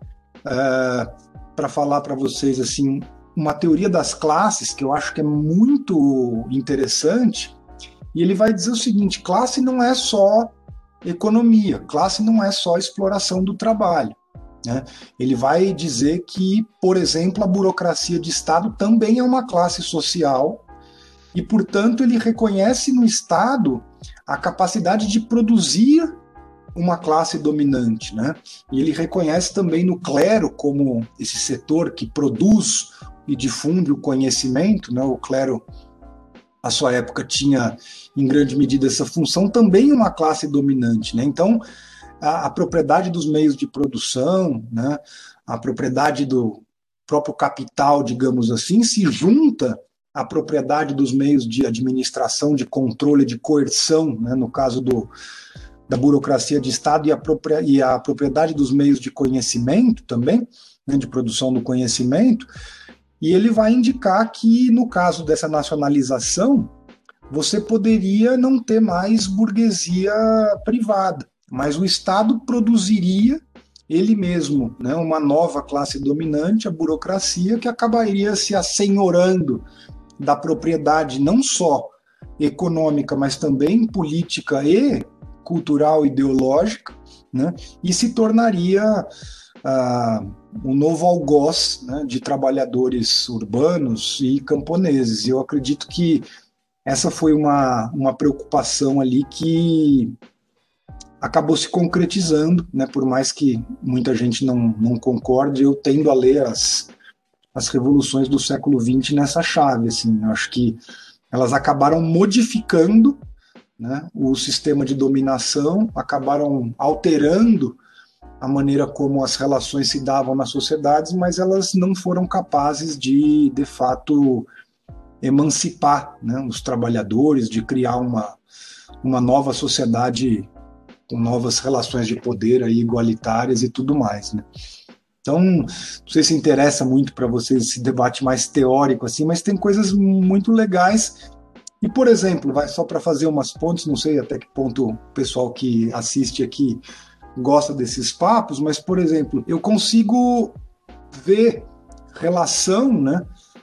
para falar para vocês assim, uma teoria das classes que eu acho que é muito interessante, e ele vai dizer o seguinte: classe não é só economia, classe não é só exploração do trabalho, né? Ele vai dizer que, por exemplo, a burocracia de Estado também é uma classe social e, portanto, ele reconhece no Estado a capacidade de produzir uma classe dominante, né? E ele reconhece também no clero como esse setor que produz e difunde o conhecimento, né? O clero, à sua época, tinha em grande medida essa função, também uma classe dominante, né? Então, a propriedade dos meios de produção, né? A propriedade do próprio capital, digamos assim, se junta à propriedade dos meios de administração, de controle, de coerção, né? No caso da burocracia de Estado, e a propriedade dos meios de conhecimento também, né? De produção do conhecimento. E ele vai indicar que, no caso dessa nacionalização, você poderia não ter mais burguesia privada, mas o Estado produziria ele mesmo, né, uma nova classe dominante, a burocracia, que acabaria se assenhorando da propriedade não só econômica, mas também política e cultural e ideológica, né, e se tornaria um novo algoz, né, de trabalhadores urbanos e camponeses. E eu acredito que essa foi uma preocupação ali que acabou se concretizando, né, por mais que muita gente não concorde. Eu tendo a ler as revoluções do século XX nessa chave. Assim, eu acho que elas acabaram modificando, né, o sistema de dominação, acabaram alterando a maneira como as relações se davam nas sociedades, mas elas não foram capazes de fato, emancipar, né, os trabalhadores, de criar uma nova sociedade com novas relações de poder aí, igualitárias e tudo mais, né? Então, não sei se interessa muito para vocês esse debate mais teórico, assim, mas tem coisas muito legais. E, por exemplo, só para fazer umas pontes, não sei até que ponto o pessoal que assiste aqui gosta desses papos, mas, por exemplo, eu consigo ver relação, né,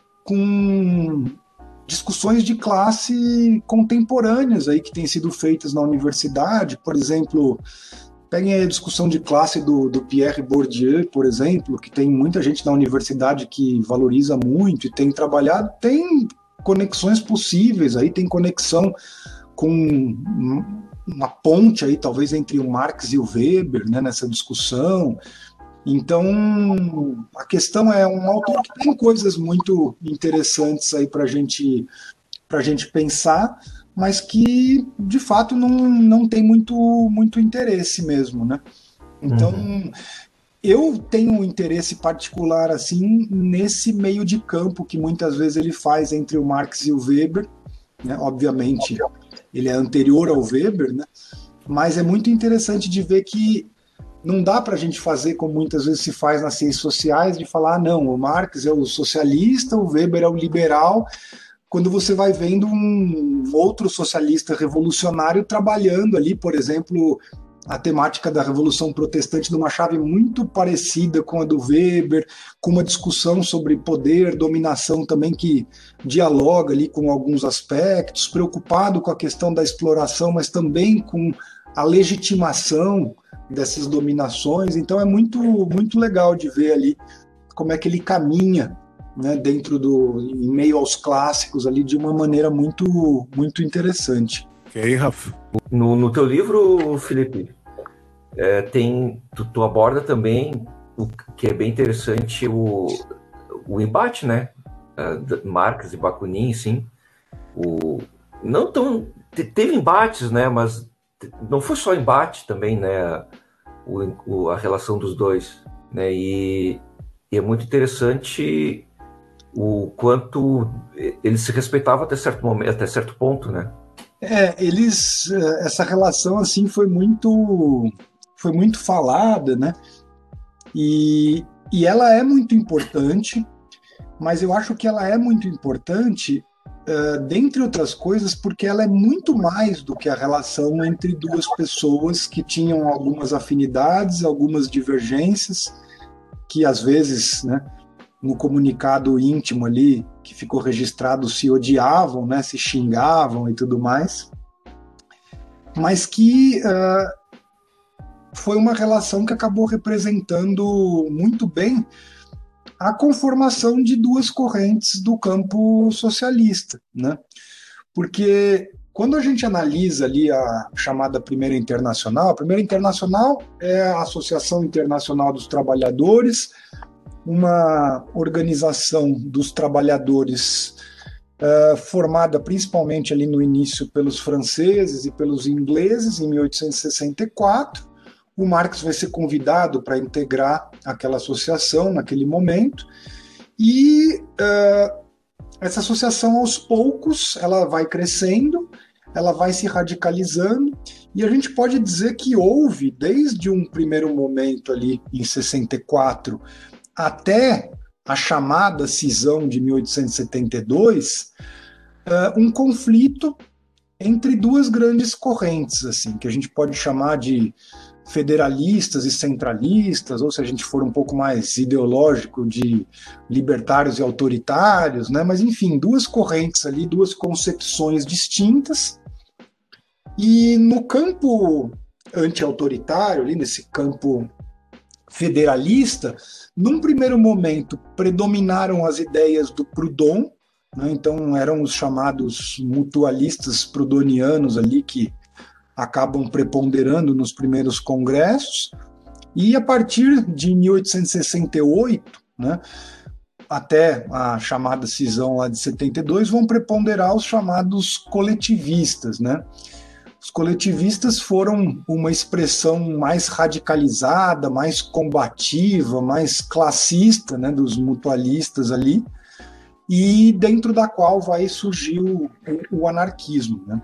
com discussões de classe contemporâneas aí que têm sido feitas na universidade. Por exemplo, peguem a discussão de classe do Pierre Bourdieu, por exemplo, que tem muita gente na universidade que valoriza muito e tem trabalhado, tem conexões possíveis aí, tem conexão com uma ponte aí, talvez, entre o Marx e o Weber, né, nessa discussão. Então, a questão é um autor que tem coisas muito interessantes aí para a gente pensar, mas que, de fato, não tem muito interesse mesmo, né? Então, eu tenho um interesse particular, assim, nesse meio de campo que muitas vezes ele faz entre o Marx e o Weber, né? Obviamente, ele é anterior ao Weber, né? Mas é muito interessante de ver que não dá para a gente fazer como muitas vezes se faz nas ciências sociais, de falar, não, o Marx é o socialista, o Weber é o liberal, quando você vai vendo um outro socialista revolucionário trabalhando ali, por exemplo, a temática da Revolução Protestante numa chave muito parecida com a do Weber, com uma discussão sobre poder, dominação também que dialoga ali com alguns aspectos, preocupado com a questão da exploração, mas também com a legitimação dessas dominações. Então é muito legal de ver ali como é que ele caminha, né, em meio aos clássicos ali, de uma maneira muito interessante. Ok, Rafa? No teu livro, Felipe, tu aborda também o que é bem interessante, o embate, né, Marx e Bakunin, sim. Teve embates, né, mas não foi só embate também, né, a relação dos dois, né, e é muito interessante o quanto eles se respeitavam até certo momento, até certo ponto, né? Essa relação assim foi muito falada, né? E ela é muito importante. mas eu acho que ela é muito importante, dentre outras coisas, porque ela é muito mais do que a relação entre duas pessoas que tinham algumas afinidades, algumas divergências, que às vezes, né, no comunicado íntimo ali, que ficou registrado, se odiavam, né, se xingavam e tudo mais, mas que foi uma relação que acabou representando muito bem a conformação de duas correntes do campo socialista, né? Porque quando a gente analisa ali a chamada Primeira Internacional, a Primeira Internacional é a Associação Internacional dos Trabalhadores, uma organização dos trabalhadores formada principalmente ali no início pelos franceses e pelos ingleses, em 1864. O Marx vai ser convidado para integrar aquela associação naquele momento, e essa associação, aos poucos, ela vai crescendo, ela vai se radicalizando, e a gente pode dizer que houve, desde um primeiro momento ali, em 64, até a chamada cisão de 1872, um conflito entre duas grandes correntes, assim, que a gente pode chamar de federalistas e centralistas, ou se a gente for um pouco mais ideológico, de libertários e autoritários, né? Mas enfim, duas correntes ali, duas concepções distintas. E no campo anti-autoritário, ali nesse campo federalista, num primeiro momento predominaram as ideias do Proudhon, né? Então eram os chamados mutualistas proudhonianos ali, que acabam preponderando nos primeiros congressos, e a partir de 1868, né, até a chamada cisão lá de 72, vão preponderar os chamados coletivistas, né? Os coletivistas foram uma expressão mais radicalizada, mais combativa, mais classista, né, dos mutualistas ali, e dentro da qual vai surgir o anarquismo, né?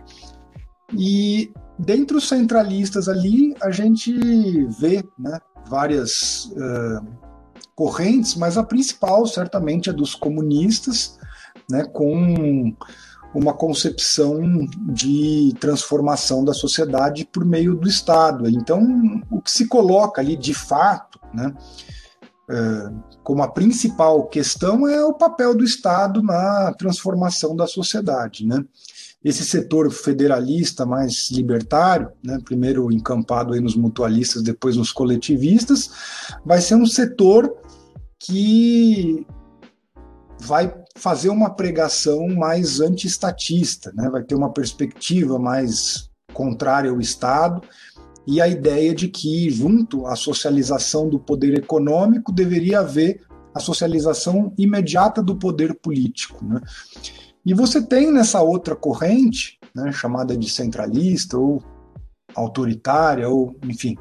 E dentre os centralistas ali, a gente vê, né, várias correntes, mas a principal, certamente, é dos comunistas, né, com uma concepção de transformação da sociedade por meio do Estado. Então, o que se coloca ali, de fato, né, como a principal questão é o papel do Estado na transformação da sociedade, né? Esse setor federalista mais libertário, né, primeiro encampado aí nos mutualistas, depois nos coletivistas, vai ser um setor que vai fazer uma pregação mais antiestatista, né, vai ter uma perspectiva mais contrária ao Estado, e a ideia de que, junto à socialização do poder econômico, deveria haver a socialização imediata do poder político, né? E você tem nessa outra corrente, né, chamada de centralista ou autoritária, ou enfim,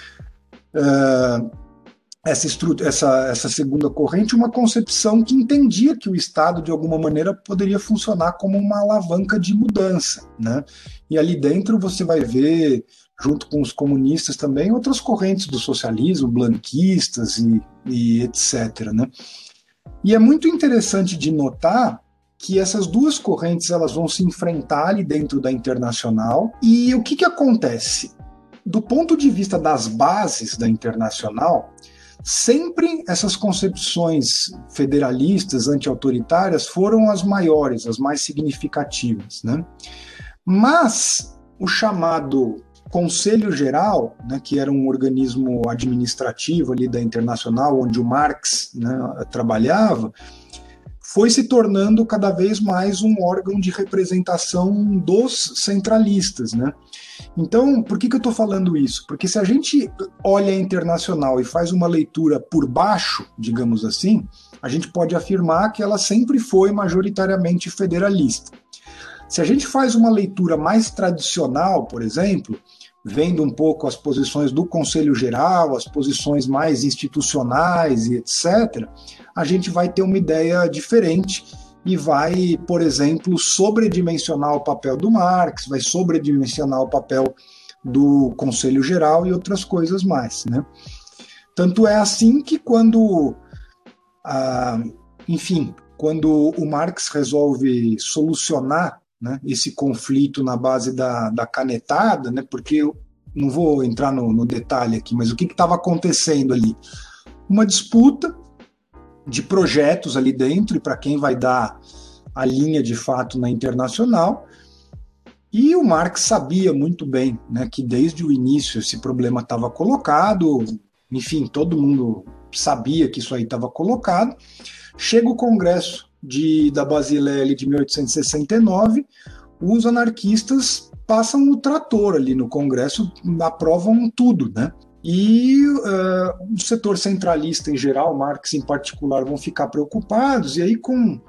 essa segunda corrente, uma concepção que entendia que o Estado, de alguma maneira, poderia funcionar como uma alavanca de mudança, né? E ali dentro você vai ver, junto com os comunistas também, outras correntes do socialismo, blanquistas e etc., né? E é muito interessante de notar que essas duas correntes elas vão se enfrentar ali dentro da Internacional. E o que acontece? Do ponto de vista das bases da Internacional, sempre essas concepções federalistas, anti-autoritárias, foram as maiores, as mais significativas, né? Mas o chamado Conselho Geral, né, que era um organismo administrativo ali da Internacional, onde o Marx, né, trabalhava, foi se tornando cada vez mais um órgão de representação dos centralistas, né? Então, por que eu estou falando isso? Porque se a gente olha a Internacional e faz uma leitura por baixo, digamos assim, a gente pode afirmar que ela sempre foi majoritariamente federalista. Se a gente faz uma leitura mais tradicional, por exemplo, vendo um pouco as posições do Conselho Geral, as posições mais institucionais e etc., a gente vai ter uma ideia diferente e vai, por exemplo, sobredimensionar o papel do Marx, vai sobredimensionar o papel do Conselho Geral e outras coisas mais, né? Tanto é assim que quando enfim, quando o Marx resolve solucionar, né, esse conflito na base da canetada, né, porque eu não vou entrar no detalhe aqui, mas o que estava acontecendo ali? Uma disputa de projetos ali dentro, e para quem vai dar a linha de fato na Internacional, e o Marx sabia muito bem, né, que desde o início esse problema estava colocado, enfim, todo mundo sabia que isso aí estava colocado. Chega o Congresso da Basileia de 1869, os anarquistas passam o trator ali no Congresso, aprovam tudo, né? E o setor centralista em geral, Marx em particular, vão ficar preocupados, e aí com,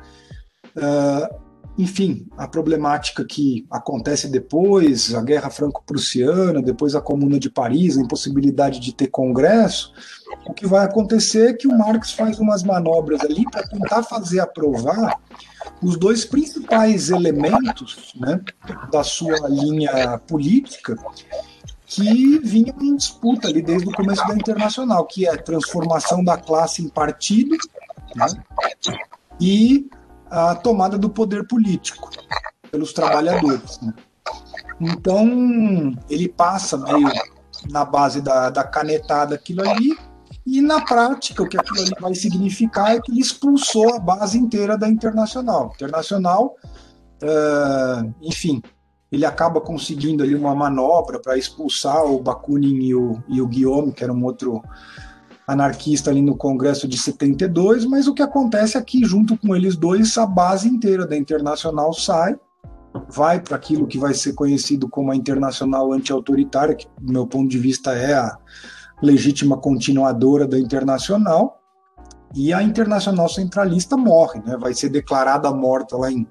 enfim, a problemática que acontece depois, a Guerra Franco-Prussiana, depois a Comuna de Paris, a impossibilidade de ter congresso, o que vai acontecer é que o Marx faz umas manobras ali para tentar fazer aprovar os dois principais elementos, né, da sua linha política, que vinham em disputa ali desde o começo da Internacional, que é a transformação da classe em partido, né, e a tomada do poder político pelos trabalhadores, né. Então, ele passa meio na base da canetada aquilo ali, e na prática o que aquilo ali vai significar é que ele expulsou a base inteira da Internacional. Internacional, enfim, ele acaba conseguindo ali uma manobra para expulsar o Bakunin e o Guillaume, que era um outro anarquista ali no Congresso de 72, mas o que acontece é que junto com eles dois a base inteira da Internacional sai, vai para aquilo que vai ser conhecido como a Internacional Anti-Autoritária, que do meu ponto de vista é a legítima continuadora da Internacional, e a Internacional Centralista morre, né? Vai ser declarada morta lá em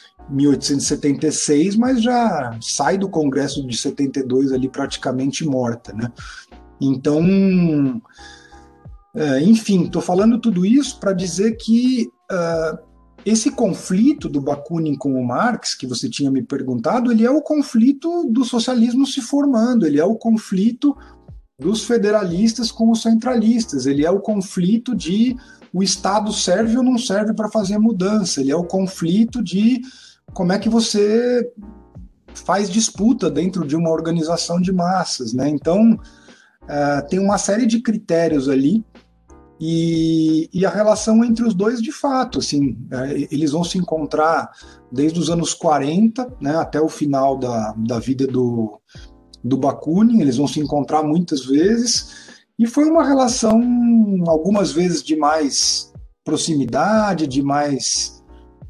1876, mas já sai do Congresso de 72 ali praticamente morta, né? Então, enfim, estou falando tudo isso para dizer que esse conflito do Bakunin com o Marx, que você tinha me perguntado, ele é o conflito do socialismo se formando, ele é o conflito dos federalistas com os centralistas, ele é o conflito de o Estado serve ou não serve para fazer mudança, ele é o conflito de como é que você faz disputa dentro de uma organização de massas, né? Então, tem uma série de critérios ali, e a relação entre os dois, de fato, assim, eles vão se encontrar desde os anos 40, né, até o final da vida do Bakunin, eles vão se encontrar muitas vezes, e foi uma relação, algumas vezes, de mais proximidade, de mais,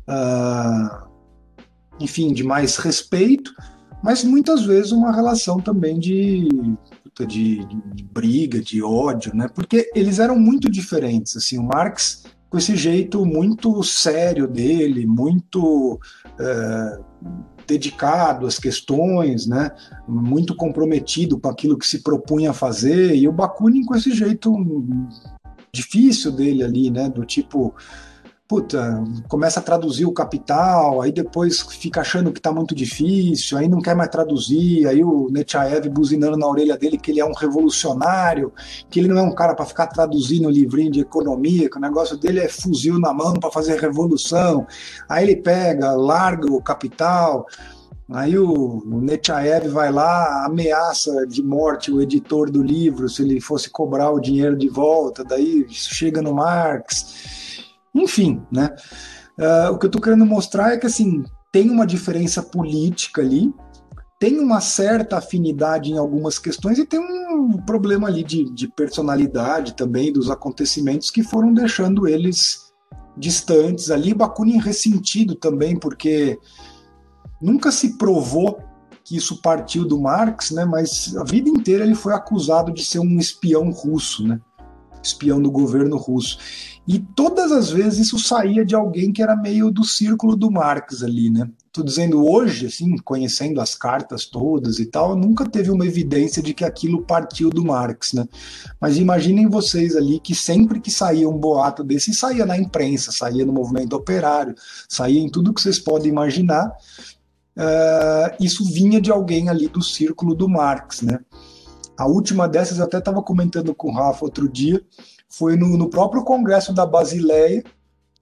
enfim, de mais respeito, mas muitas vezes uma relação também de briga, de ódio, né? Porque eles eram muito diferentes, assim, o Marx com esse jeito muito sério dele, muito dedicado às questões, né? Muito comprometido com aquilo que se propunha a fazer, e o Bakunin com esse jeito difícil dele ali, né? Do tipo, puta, começa a traduzir o Capital, aí depois fica achando que está muito difícil, aí não quer mais traduzir, aí o Nechayev buzinando na orelha dele que ele é um revolucionário, que ele não é um cara para ficar traduzindo livrinho de economia, que o negócio dele é fuzil na mão para fazer revolução. Aí ele pega, larga o Capital, aí o Nechayev vai lá, ameaça de morte o editor do livro se ele fosse cobrar o dinheiro de volta, daí chega no Marx. Enfim, né? O que eu estou querendo mostrar é que, assim, tem uma diferença política ali, tem uma certa afinidade em algumas questões e tem um problema ali de personalidade também dos acontecimentos que foram deixando eles distantes ali. Bakunin ressentido também, porque nunca se provou que isso partiu do Marx, né? Mas a vida inteira ele foi acusado de ser um espião russo, né? Espião do governo russo. E todas as vezes isso saía de alguém que era meio do círculo do Marx ali, né? Tô dizendo hoje, assim, conhecendo as cartas todas e tal, nunca teve uma evidência de que aquilo partiu do Marx, né? Mas imaginem vocês ali que sempre que saía um boato desse, saía na imprensa, saía no movimento operário, saía em tudo que vocês podem imaginar, isso vinha de alguém ali do círculo do Marx, né? A última dessas eu até estava comentando com o Rafa outro dia, foi no próprio Congresso da Basileia,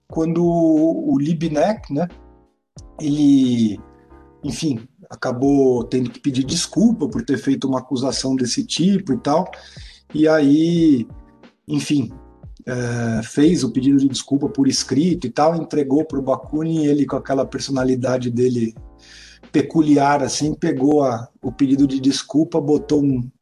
quando o Liebknecht, né, ele, enfim, acabou tendo que pedir desculpa por ter feito uma acusação desse tipo e tal, e aí, enfim, fez o pedido de desculpa por escrito e tal, entregou para o Bakunin, e ele, com aquela personalidade dele peculiar, assim, pegou o pedido de desculpa, botou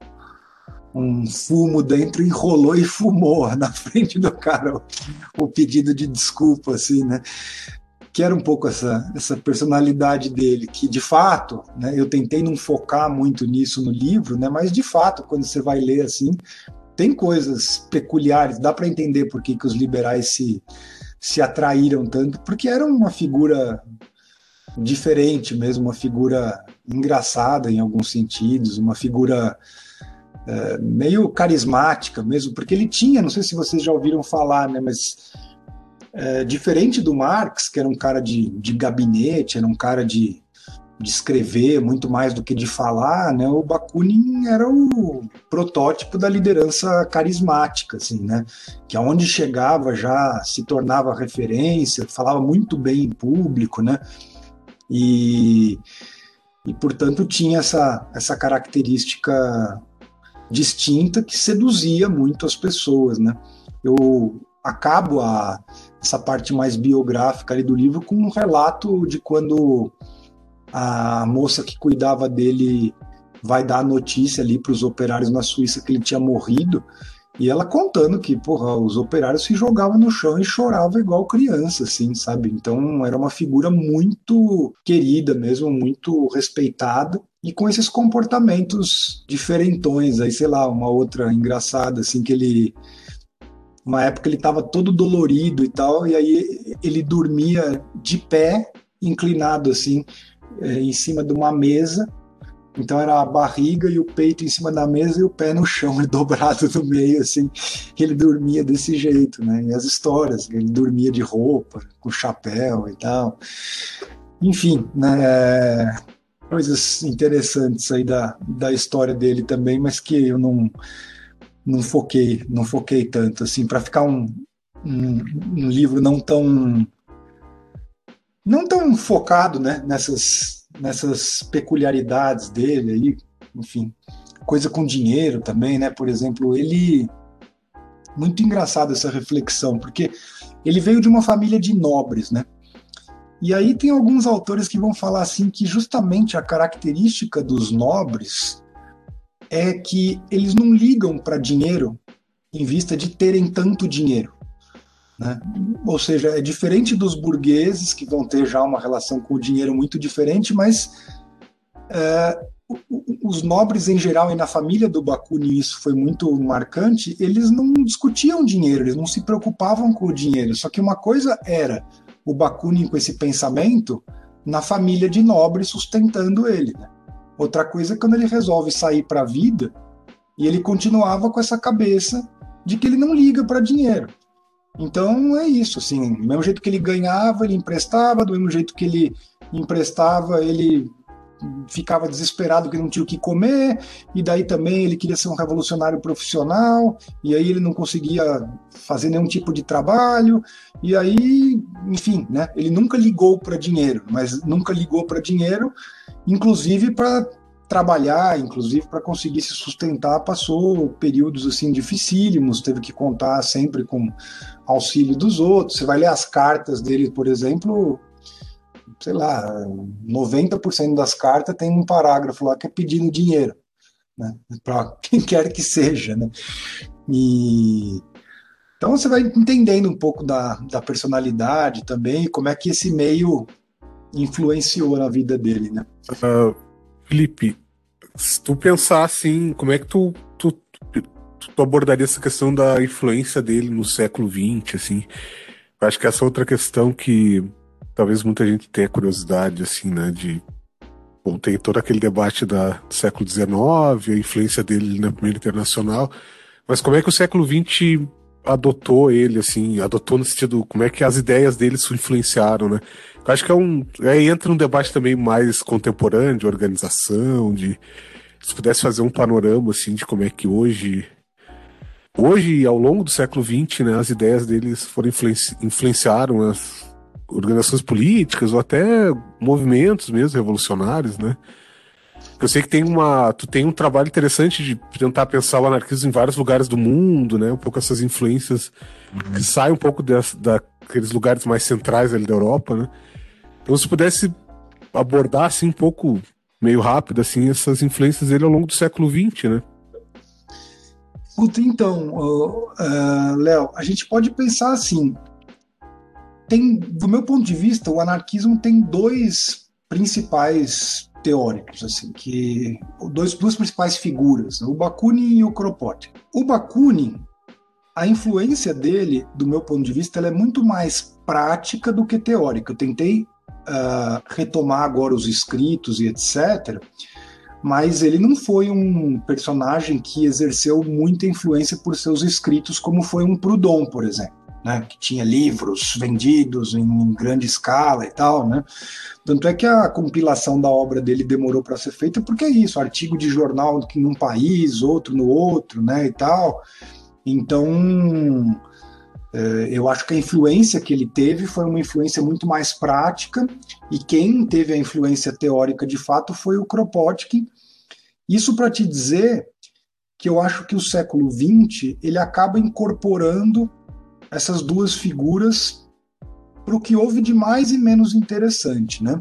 um fumo dentro, enrolou e fumou na frente do cara o pedido de desculpa, assim, né? Que era um pouco essa personalidade dele, que de fato, né, eu tentei não focar muito nisso no livro, né, mas de fato, quando você vai ler assim, tem coisas peculiares, dá para entender por que os liberais se atraíram tanto, porque era uma figura diferente mesmo, uma figura engraçada em alguns sentidos, uma figura meio carismática mesmo, porque ele tinha, não sei se vocês já ouviram falar, né, mas diferente do Marx, que era um cara de gabinete, era um cara de escrever muito mais do que de falar, né? O Bakunin era o protótipo da liderança carismática, assim, né? Que aonde chegava já se tornava referência, falava muito bem em público, né? E portanto tinha essa característica distinta que seduzia muito as pessoas, né? Eu acabo essa parte mais biográfica ali do livro com um relato de quando a moça que cuidava dele vai dar a notícia ali para os operários na Suíça que ele tinha morrido, e ela contando que, porra, os operários se jogavam no chão e choravam igual criança, assim, sabe? Então era uma figura muito querida mesmo, muito respeitada, e com esses comportamentos diferentões, aí, sei lá, uma outra engraçada, assim, que uma época ele estava todo dolorido e tal, e aí ele dormia de pé, inclinado, assim, em cima de uma mesa. Então era a barriga e o peito em cima da mesa e o pé no chão, dobrado no meio, assim. Ele dormia desse jeito, né? E as histórias, ele dormia de roupa, com chapéu e tal. Enfim, né? Coisas interessantes aí da história dele também, mas que eu não foquei tanto, assim, para ficar um livro não tão focado, né, nessas peculiaridades dele aí, enfim, coisa com dinheiro também, né, por exemplo, muito engraçado essa reflexão, porque ele veio de uma família de nobres, né, e aí tem alguns autores que vão falar assim que justamente a característica dos nobres é que eles não ligam para dinheiro em vista de terem tanto dinheiro, né? Ou seja, é diferente dos burgueses, que vão ter já uma relação com o dinheiro muito diferente, mas os nobres em geral, e na família do Bakunin isso foi muito marcante, eles não discutiam dinheiro, eles não se preocupavam com o dinheiro, só que uma coisa era o Bakunin com esse pensamento na família de nobres sustentando ele, né? Outra coisa é quando ele resolve sair para a vida e ele continuava com essa cabeça de que ele não liga para dinheiro. Então é isso, assim, do mesmo jeito que ele ganhava, ele emprestava, do mesmo jeito que ele emprestava, ele ficava desesperado que não tinha o que comer, e daí também ele queria ser um revolucionário profissional, e aí ele não conseguia fazer nenhum tipo de trabalho, e aí, enfim, né, ele nunca ligou para dinheiro, mas nunca ligou para dinheiro, inclusive para trabalhar, inclusive para conseguir se sustentar, passou períodos assim dificílimos, teve que contar sempre com auxílio dos outros. Você vai ler as cartas dele, por exemplo, sei lá, 90% das cartas tem um parágrafo lá que é pedindo dinheiro, né, para quem quer que seja, né? E então você vai entendendo um pouco da personalidade também, como é que esse meio influenciou na vida dele, né? Felipe, se tu pensar assim, como é que tu abordaria essa questão da influência dele no século XX, assim? Eu acho que essa é outra questão que talvez muita gente tenha curiosidade, assim, né, bom, tem todo aquele debate do século XIX, a influência dele na Primeira Internacional, mas como é que o século XX adotou ele, assim, adotou no sentido, como é que as ideias dele se influenciaram, né? Eu acho que aí entra um debate também mais contemporâneo, de organização, se pudesse fazer um panorama, assim, de como é que hoje hoje e ao longo do século XX, né, as ideias deles foram influenciaram as organizações políticas ou até movimentos mesmo revolucionários, né? Eu sei que tu tem um trabalho interessante de tentar pensar o anarquismo em vários lugares do mundo, né? Um pouco essas influências que saem um pouco daqueles lugares mais centrais ali da Europa, né? Então, se pudesse abordar assim um pouco, meio rápido, assim, essas influências dele ao longo do século XX, né? Então, Léo, a gente pode pensar assim, do meu ponto de vista, o anarquismo tem dois principais teóricos, assim, duas principais figuras, o Bakunin e o Kropotkin. O Bakunin, a influência dele, do meu ponto de vista, ela é muito mais prática do que teórica. Eu tentei retomar agora os escritos e etc., mas ele não foi um personagem que exerceu muita influência por seus escritos, como foi um Proudhon, por exemplo, né, que tinha livros vendidos em grande escala e tal, né? Tanto é que a compilação da obra dele demorou para ser feita, porque é isso, artigo de jornal num país, outro no outro, né, e tal. Então, eu acho que a influência que ele teve foi uma influência muito mais prática, e quem teve a influência teórica de fato foi o Kropotkin. Isso para te dizer que eu acho que o século XX ele acaba incorporando essas duas figuras para o que houve de mais e menos interessante, né?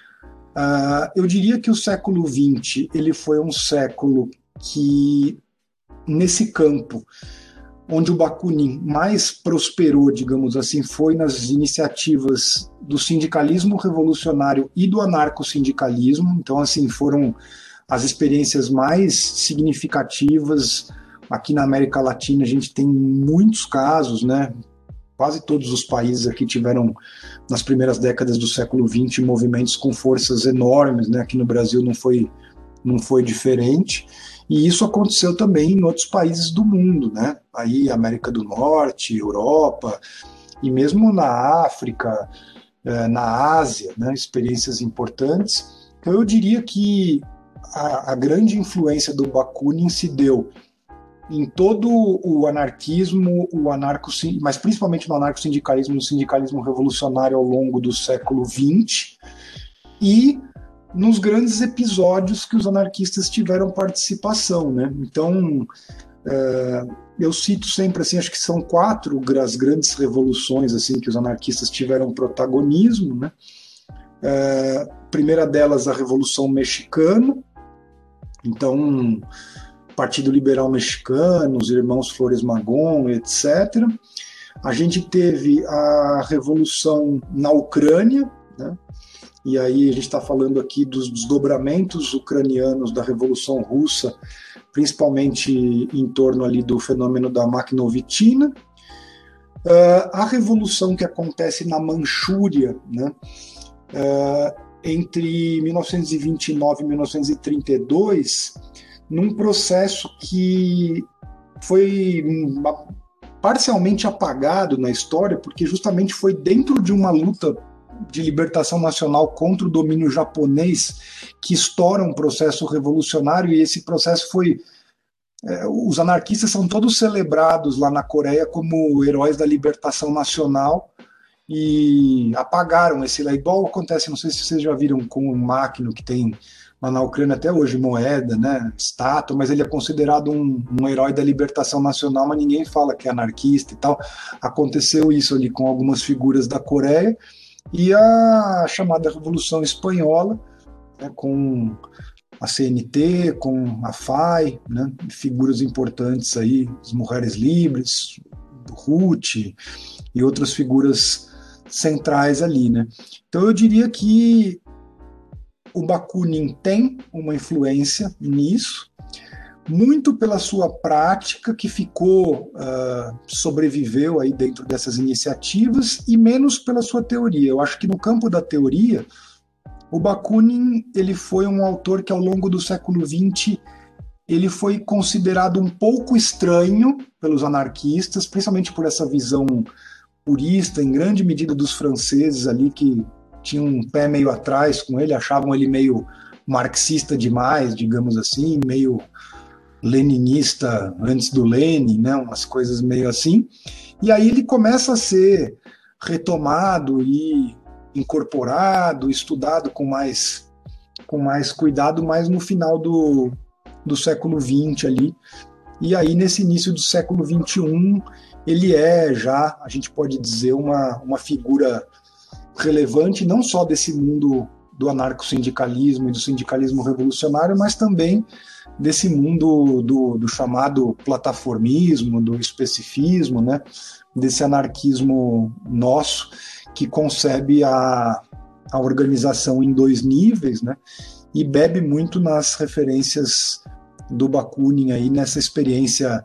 Eu diria que o século XX ele foi um século que, nesse campo, onde o Bakunin mais prosperou, digamos assim, foi nas iniciativas do sindicalismo revolucionário e do anarcossindicalismo. Então, assim, foram as experiências mais significativas. Aqui na América Latina a gente tem muitos casos, né? Quase todos os países aqui tiveram, nas primeiras décadas do século XX, movimentos com forças enormes, né? Aqui no Brasil não foi diferente. E isso aconteceu também em outros países do mundo, né? Aí América do Norte, Europa, e mesmo na África, na Ásia, né? Experiências importantes. Então eu diria que a grande influência do Bakunin se deu em todo o anarquismo, mas principalmente no anarcossindicalismo, no sindicalismo revolucionário ao longo do século XX, e nos grandes episódios que os anarquistas tiveram participação, né? Então, eu cito sempre, assim, acho que são 4 as grandes revoluções assim que os anarquistas tiveram protagonismo, né? A primeira delas, a Revolução Mexicana. Então, Partido Liberal Mexicano, os irmãos Flores Magón, etc. A gente teve a Revolução na Ucrânia, né? E aí a gente está falando aqui dos desdobramentos ucranianos da Revolução Russa, principalmente em torno ali do fenômeno da Makhnovitina. A revolução que acontece na Manchúria, né? Entre 1929 e 1932, num processo que foi parcialmente apagado na história, porque justamente foi dentro de uma luta de libertação nacional contra o domínio japonês que estoura um processo revolucionário, e esse processo foi... os anarquistas são todos celebrados lá na Coreia como heróis da libertação nacional, e apagaram esse lá, igual acontece, não sei se vocês já viram com o Makhno, que tem lá na Ucrânia até hoje moeda, né, estátua, mas ele é considerado um herói da libertação nacional, mas ninguém fala que é anarquista e tal. Aconteceu isso ali com algumas figuras da Coreia, e a chamada Revolução Espanhola, né, com a CNT, com a FAI, né, figuras importantes aí, as Mulheres Libres, Ruth e outras figuras centrais ali, né? Então eu diria que o Bakunin tem uma influência nisso, muito pela sua prática, que sobreviveu aí dentro dessas iniciativas, e menos pela sua teoria. Eu acho que no campo da teoria, o Bakunin ele foi um autor que ao longo do século XX ele foi considerado um pouco estranho pelos anarquistas, principalmente por essa visão purista, em grande medida dos franceses ali, que tinham um pé meio atrás com ele, achavam ele meio marxista demais, digamos assim, meio leninista antes do Lenin, né, umas coisas meio assim, e aí ele começa a ser retomado e incorporado, estudado com mais cuidado, mais no final do século XX ali, e aí nesse início do século XXI ele é já, a gente pode dizer, uma figura relevante não só desse mundo do anarcossindicalismo e do sindicalismo revolucionário, mas também desse mundo do chamado plataformismo, do especificismo, né? Desse anarquismo nosso que concebe a organização em dois níveis, né? E bebe muito nas referências do Bakunin aí, nessa experiência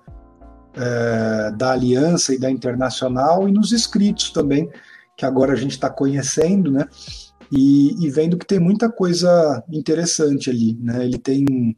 da Aliança e da Internacional, e nos escritos também, que agora a gente está conhecendo, né? E vendo que tem muita coisa interessante ali, né? Ele tem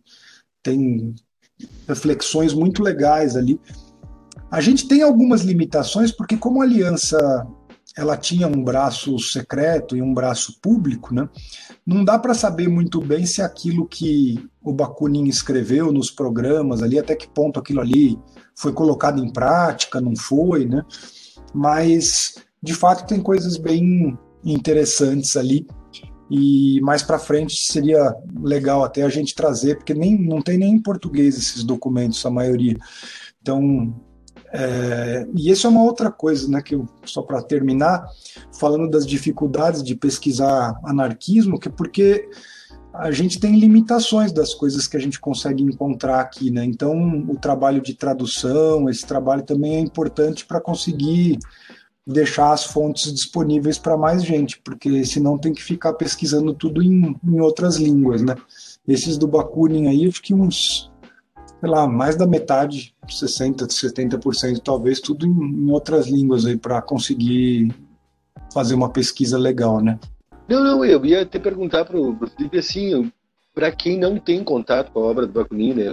reflexões muito legais ali. A gente tem algumas limitações, porque como a Aliança ela tinha um braço secreto e um braço público, né? Não dá para saber muito bem se aquilo que o Bakunin escreveu nos programas ali, até que ponto aquilo ali foi colocado em prática, não foi, né? Mas, de fato, tem coisas bem interessantes ali, e mais para frente seria legal até a gente trazer, porque não tem nem em português esses documentos, a maioria. Então, e isso é uma outra coisa, né, que só para terminar, falando das dificuldades de pesquisar anarquismo, que porque a gente tem limitações das coisas que a gente consegue encontrar aqui, né? Então, o trabalho de tradução, esse trabalho também é importante para conseguir deixar as fontes disponíveis para mais gente, porque senão tem que ficar pesquisando tudo em outras línguas, né? Esses do Bakunin aí, acho que uns, sei lá, mais da metade, 60%, 70% talvez, tudo em outras línguas aí para conseguir fazer uma pesquisa legal, né? Não, eu ia até perguntar para o Felipe, assim, para quem não tem contato com a obra do Bakunin, né?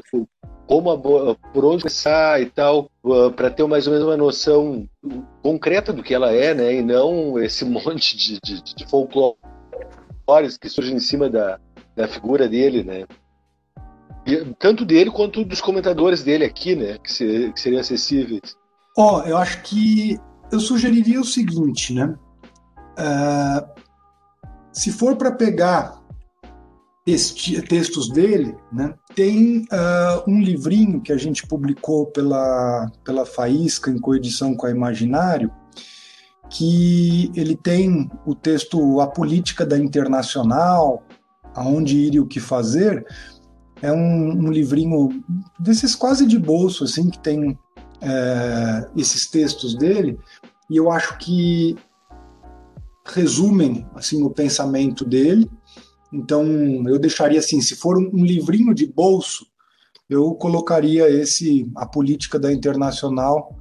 Por onde começar e tal, para ter mais ou menos uma noção concreta do que ela é, né? E não esse monte de folclores que surgem em cima da figura dele, né? E, tanto dele quanto dos comentadores dele aqui, né? Que seriam acessíveis. Eu acho que eu sugeriria o seguinte, né? Se for para pegar textos dele, né, tem um livrinho que a gente publicou pela Faísca, em coedição com a Imaginário, que ele tem o texto A Política da Internacional, Aonde Ir e o que Fazer. É um livrinho desses quase de bolso, assim, que tem esses textos dele, e eu acho que resumem assim, o pensamento dele. Então, eu deixaria assim, se for um livrinho de bolso, eu colocaria A Política da Internacional,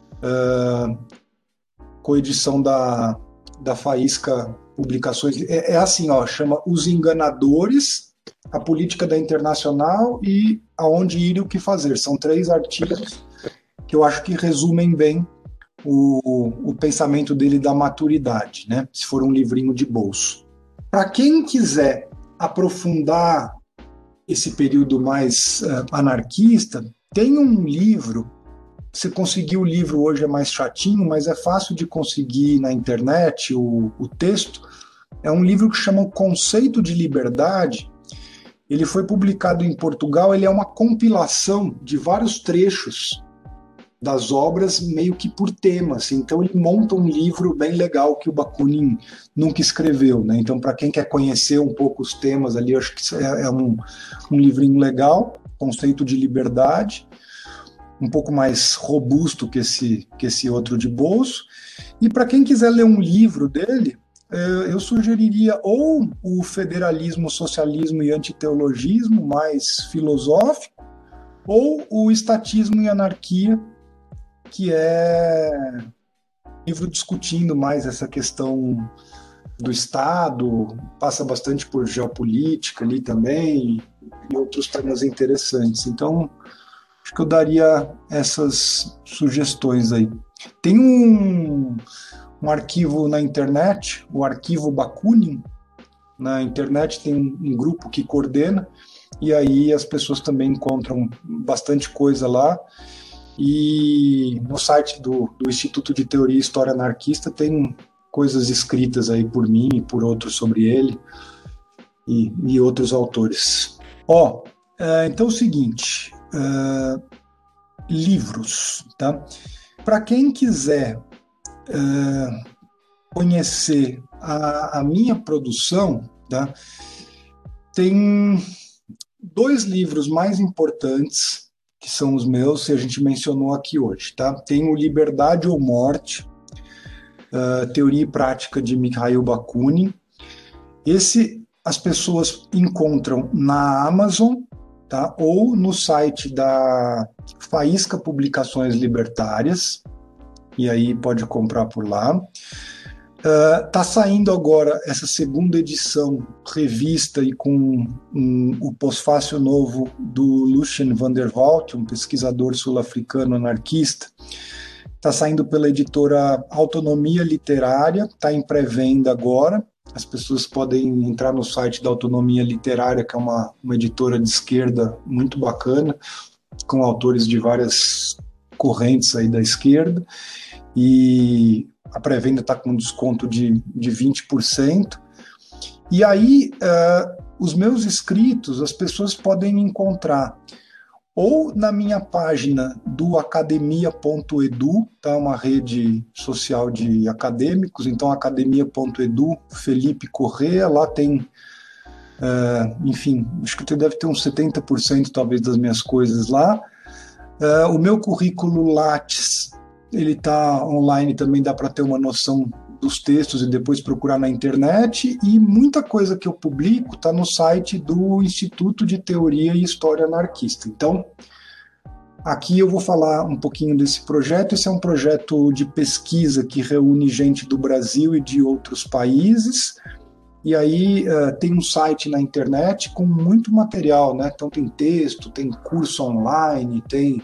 coedição da Faísca Publicações. É assim, chama Os Enganadores, A Política da Internacional e Aonde Ir e o que Fazer. São 3 artigos que eu acho que resumem bem o pensamento dele da maturidade, né? Se for um livrinho de bolso. Para quem quiser aprofundar esse período mais anarquista, tem um livro. Você conseguir o livro hoje é mais chatinho, mas é fácil de conseguir na internet o texto. É um livro que chama O Conceito de Liberdade. Ele foi publicado em Portugal. Ele é uma compilação de vários trechos das obras meio que por tema, assim. Então ele monta um livro bem legal que o Bakunin nunca escreveu, né? Então, para quem quer conhecer um pouco os temas ali, eu acho que é um livrinho legal, Conceito de Liberdade, um pouco mais robusto que esse outro de bolso. E para quem quiser ler um livro dele, eu sugeriria ou o Federalismo, Socialismo e Antiteologismo, mais filosófico, ou o Estatismo e Anarquia, que é um livro discutindo mais essa questão do Estado, passa bastante por geopolítica ali também, e outros temas interessantes. Então, acho que eu daria essas sugestões aí. Tem um arquivo na internet, o Arquivo Bakunin. Na internet tem um grupo que coordena, e aí as pessoas também encontram bastante coisa lá. E no site do Instituto de Teoria e História Anarquista tem coisas escritas aí por mim e por outros sobre ele e outros autores. Então é o seguinte, livros, tá? Para quem quiser conhecer a minha produção, tá? Tem 2 livros mais importantes que são os meus, que a gente mencionou aqui hoje, tá? Tem o Liberdade ou Morte, Teoria e Prática de Mikhail Bakunin. Esse as pessoas encontram na Amazon, tá? Ou no site da Faísca Publicações Libertárias, e aí pode comprar por lá. Tá saindo agora essa segunda edição revista e com o pós-fácil novo do Lucien van der Walt, um pesquisador sul-africano anarquista. Está saindo pela editora Autonomia Literária, está em pré-venda agora. As pessoas podem entrar no site da Autonomia Literária, que é uma editora de esquerda muito bacana, com autores de várias correntes aí da esquerda, e a pré-venda está com um desconto de 20%. E aí, os meus escritos, as pessoas podem me encontrar ou na minha página do academia.edu, tá? Uma rede social de acadêmicos, então academia.edu, Felipe Correa, lá tem, enfim, acho que deve ter uns 70% talvez das minhas coisas lá. O meu currículo Lattes, ele está online também, dá para ter uma noção dos textos e depois procurar na internet, e muita coisa que eu publico está no site do Instituto de Teoria e História Anarquista. Então, aqui eu vou falar um pouquinho desse projeto. Esse é um projeto de pesquisa que reúne gente do Brasil e de outros países, e aí tem um site na internet com muito material, né? Então tem texto, tem curso online, tem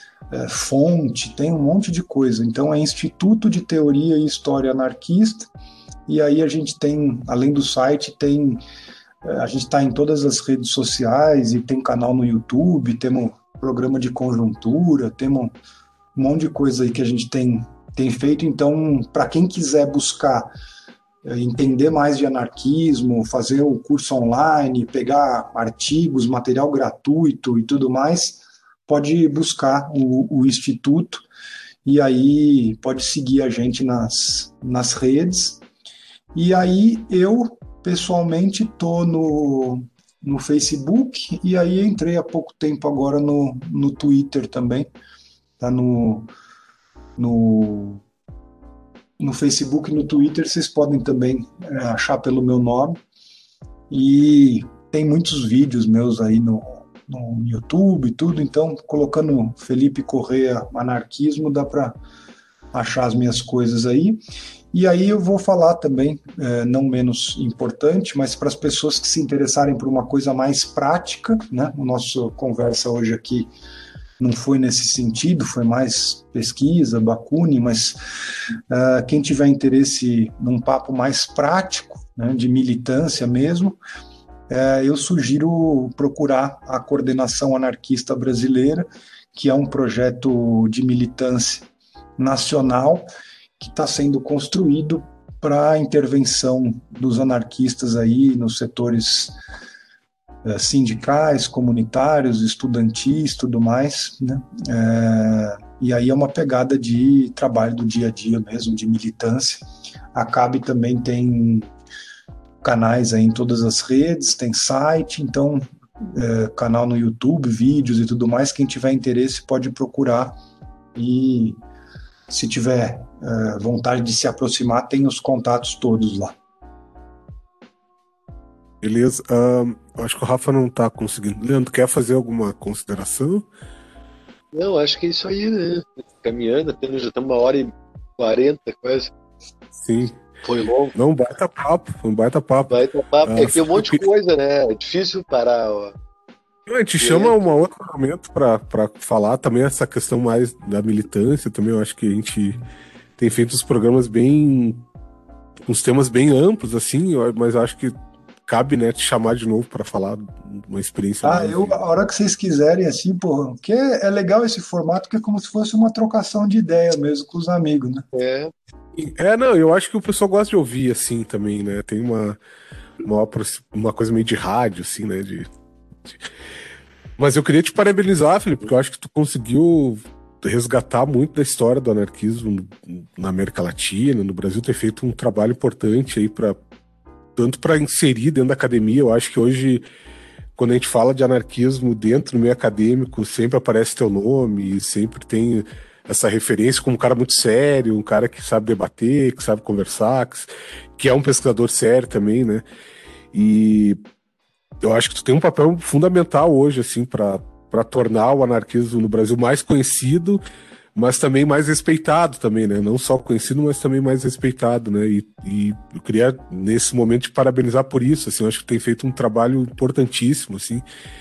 fonte, tem um monte de coisa. Então é Instituto de Teoria e História Anarquista, e aí a gente tem, além do site, a gente está em todas as redes sociais e tem canal no YouTube, temos programa de conjuntura, temos um monte de coisa aí que a gente tem feito. Então, para quem quiser buscar entender mais de anarquismo, fazer o curso online, pegar artigos, material gratuito e tudo mais, pode buscar o Instituto, e aí pode seguir a gente nas redes. E aí eu, pessoalmente, estou no Facebook, e aí entrei há pouco tempo agora no Twitter também. Tá no Facebook e no Twitter vocês podem também achar pelo meu nome. E tem muitos vídeos meus aí no YouTube e tudo, então colocando Felipe Correa Anarquismo dá para achar as minhas coisas aí. E aí eu vou falar também, não menos importante, mas para as pessoas que se interessarem por uma coisa mais prática, né? A nossa conversa hoje aqui não foi nesse sentido, foi mais pesquisa, Bakunin, mas quem tiver interesse num papo mais prático, né, de militância mesmo, eu sugiro procurar a Coordenação Anarquista Brasileira, que é um projeto de militância nacional que está sendo construído para a intervenção dos anarquistas aí nos setores sindicais, comunitários, estudantis, tudo mais, né? E aí é uma pegada de trabalho do dia a dia mesmo, de militância. A CAB também tem canais aí em todas as redes, tem site, então canal no YouTube, vídeos e tudo mais. Quem tiver interesse pode procurar, e se tiver vontade de se aproximar, tem os contatos todos lá. Beleza. Acho que o Rafa não está conseguindo. Leandro, quer fazer alguma consideração? Não, acho que é isso aí, né? Caminhando, já estamos 1h40 quase. Sim. Foi longo. Não, um baita papo. Baita papo. Tem um monte de coisa, né? É difícil parar. A gente chama um outro momento para falar também essa questão mais da militância. Também eu acho que a gente tem feito uns programas uns temas bem amplos, assim, mas eu acho que cabe, né, te chamar de novo para falar uma experiência. A hora que vocês quiserem, assim, porra, porque é legal esse formato que é como se fosse uma trocação de ideia mesmo com os amigos, né? Não, eu acho que o pessoal gosta de ouvir, assim, também, né? Tem uma coisa meio de rádio, assim, né? Mas eu queria te parabenizar, Felipe, porque eu acho que tu conseguiu resgatar muito da história do anarquismo na América Latina, no Brasil, ter feito um trabalho importante aí tanto para inserir dentro da academia. Eu acho que hoje, quando a gente fala de anarquismo dentro do meio acadêmico, sempre aparece teu nome, sempre tem essa referência como um cara muito sério, um cara que sabe debater, que sabe conversar, que é um pesquisador sério também, né? E eu acho que tu tem um papel fundamental hoje, assim, para tornar o anarquismo no Brasil mais conhecido, mas também mais respeitado também, né? Não só conhecido, mas também mais respeitado, né? E eu queria, nesse momento, te parabenizar por isso, assim. Eu acho que tem feito um trabalho importantíssimo, assim.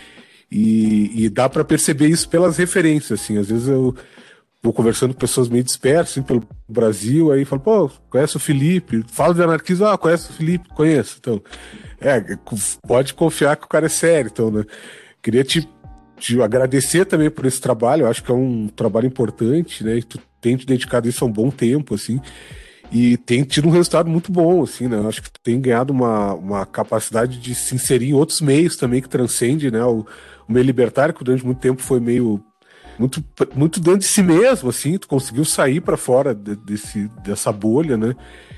E dá para perceber isso pelas referências, assim. Às vezes eu vou conversando com pessoas meio dispersas, assim, pelo Brasil, aí falo, pô, conhece o Felipe? Fala de anarquismo, conhece o Felipe? Conheço. Então, pode confiar que o cara é sério, então, né? Queria te agradecer também por esse trabalho. Eu acho que é um trabalho importante, né? E tu tem te dedicado isso há um bom tempo, assim, e tem tido um resultado muito bom, assim, né? Eu acho que tu tem ganhado uma capacidade de se inserir em outros meios também que transcende, né? O meio libertário, que durante muito tempo foi meio muito dentro de si mesmo, assim. Tu conseguiu sair para fora dessa bolha, né?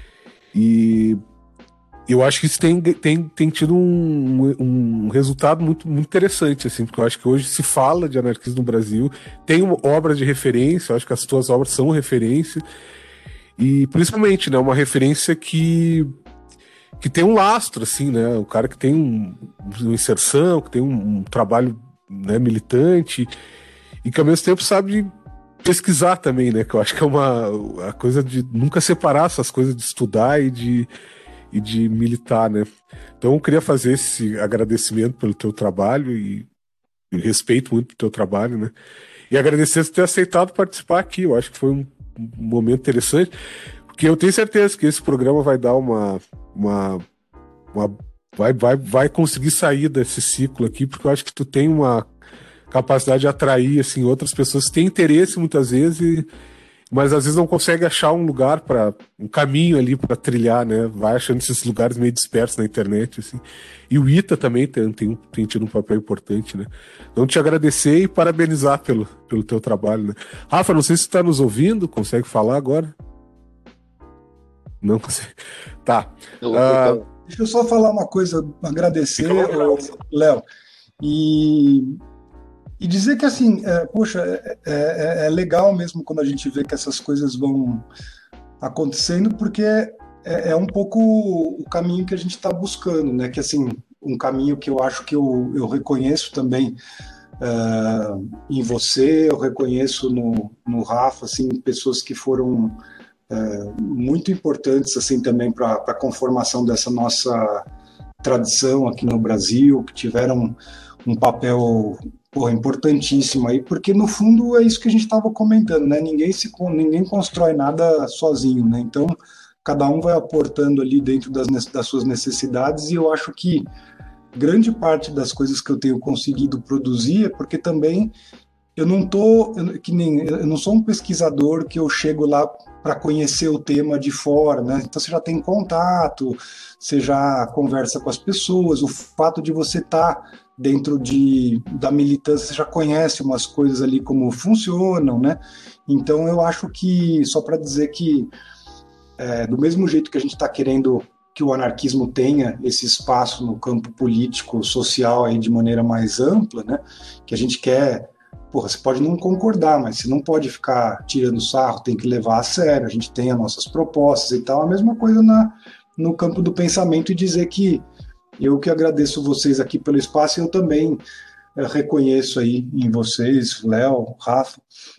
E eu acho que isso tem tido um resultado muito, muito interessante, assim, porque eu acho que hoje se fala de anarquismo no Brasil, tem obras de referência, eu acho que as tuas obras são referência, e principalmente, né, uma referência que tem um lastro, assim, né, o cara que tem uma inserção, que tem um trabalho, né, militante, e que ao mesmo tempo sabe pesquisar também, né, que eu acho que é a coisa de nunca separar essas coisas de estudar e de militar, né? Então eu queria fazer esse agradecimento pelo teu trabalho e respeito muito o teu trabalho, né? E agradecer por ter aceitado participar aqui. Eu acho que foi um momento interessante, porque eu tenho certeza que esse programa vai dar vai conseguir sair desse ciclo aqui, porque eu acho que tu tem uma capacidade de atrair, assim, outras pessoas que têm interesse muitas vezes, mas às vezes não consegue achar um caminho ali para trilhar, né? Vai achando esses lugares meio dispersos na internet, assim. E o ITA também tem tido um papel importante, né? Então te agradecer e parabenizar pelo teu trabalho, né? Rafa, não sei se você está nos ouvindo, consegue falar agora? Não consegue. Tá. Deixa eu só falar uma coisa, agradecer, Léo, e dizer que, assim, poxa, é legal mesmo quando a gente vê que essas coisas vão acontecendo, porque é um pouco o caminho que a gente está buscando, né? Que, assim, um caminho que eu acho que eu reconheço também em você, eu reconheço no Rafa, assim, pessoas que foram muito importantes, assim, também para a conformação dessa nossa tradição aqui no Brasil, que tiveram um papel importantíssimo aí, porque no fundo é isso que a gente estava comentando, né? Ninguém constrói nada sozinho, né? Então cada um vai aportando ali dentro das suas necessidades, e eu acho que grande parte das coisas que eu tenho conseguido produzir é porque também eu não sou um pesquisador que eu chego lá para conhecer o tema de fora, né? Então você já tem contato, você já conversa com as pessoas, o fato de você estar dentro da militância, você já conhece umas coisas ali como funcionam, né? Então eu acho que, só para dizer que do mesmo jeito que a gente está querendo que o anarquismo tenha esse espaço no campo político, social aí de maneira mais ampla, né? Que a gente quer, você pode não concordar, mas você não pode ficar tirando sarro, tem que levar a sério, a gente tem as nossas propostas e tal, a mesma coisa no campo do pensamento, e dizer que eu que agradeço vocês aqui pelo espaço, e eu também reconheço aí em vocês, Léo, Rafa,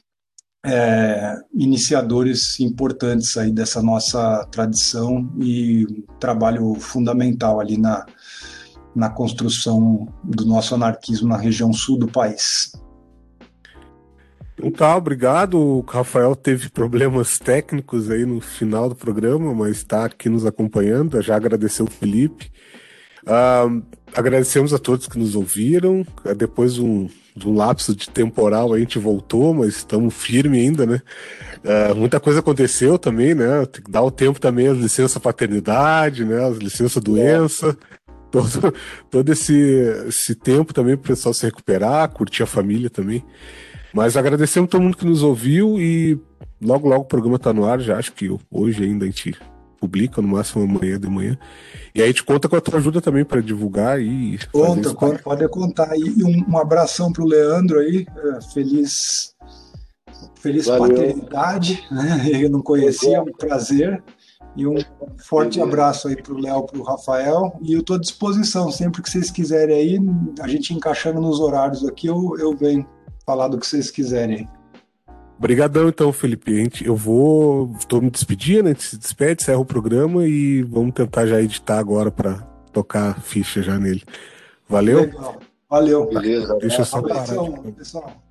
iniciadores importantes aí dessa nossa tradição e um trabalho fundamental ali na construção do nosso anarquismo na região sul do país. Então tá, obrigado. O Rafael teve problemas técnicos aí no final do programa, mas está aqui nos acompanhando. Já agradeceu o Felipe. Agradecemos a todos que nos ouviram. Depois de um lapso de temporal, a gente voltou, mas estamos firmes ainda, né? Muita coisa aconteceu também, né? Tem que dar o tempo também, as licenças paternidade, né? As licenças doença. Todo esse tempo também para o pessoal se recuperar, curtir a família também. Mas agradecemos a todo mundo que nos ouviu e logo o programa está no ar, já acho que hoje ainda a gente publica, no máximo amanhã de manhã. E aí a gente conta com a tua ajuda também para divulgar e pode contar. E um abração para o Leandro aí, feliz paternidade, né? Eu não conhecia, um prazer. E um forte abraço aí para o Léo, para o Rafael. E eu estou à disposição, sempre que vocês quiserem aí, a gente encaixando nos horários aqui, eu venho falar do que vocês quiserem. Obrigadão então, Felipe. Estou me despedindo, a gente se despede, encerra o programa e vamos tentar já editar agora para tocar a ficha já nele. Valeu? Legal. Valeu. Beleza. Deixa eu só parar. Pessoal.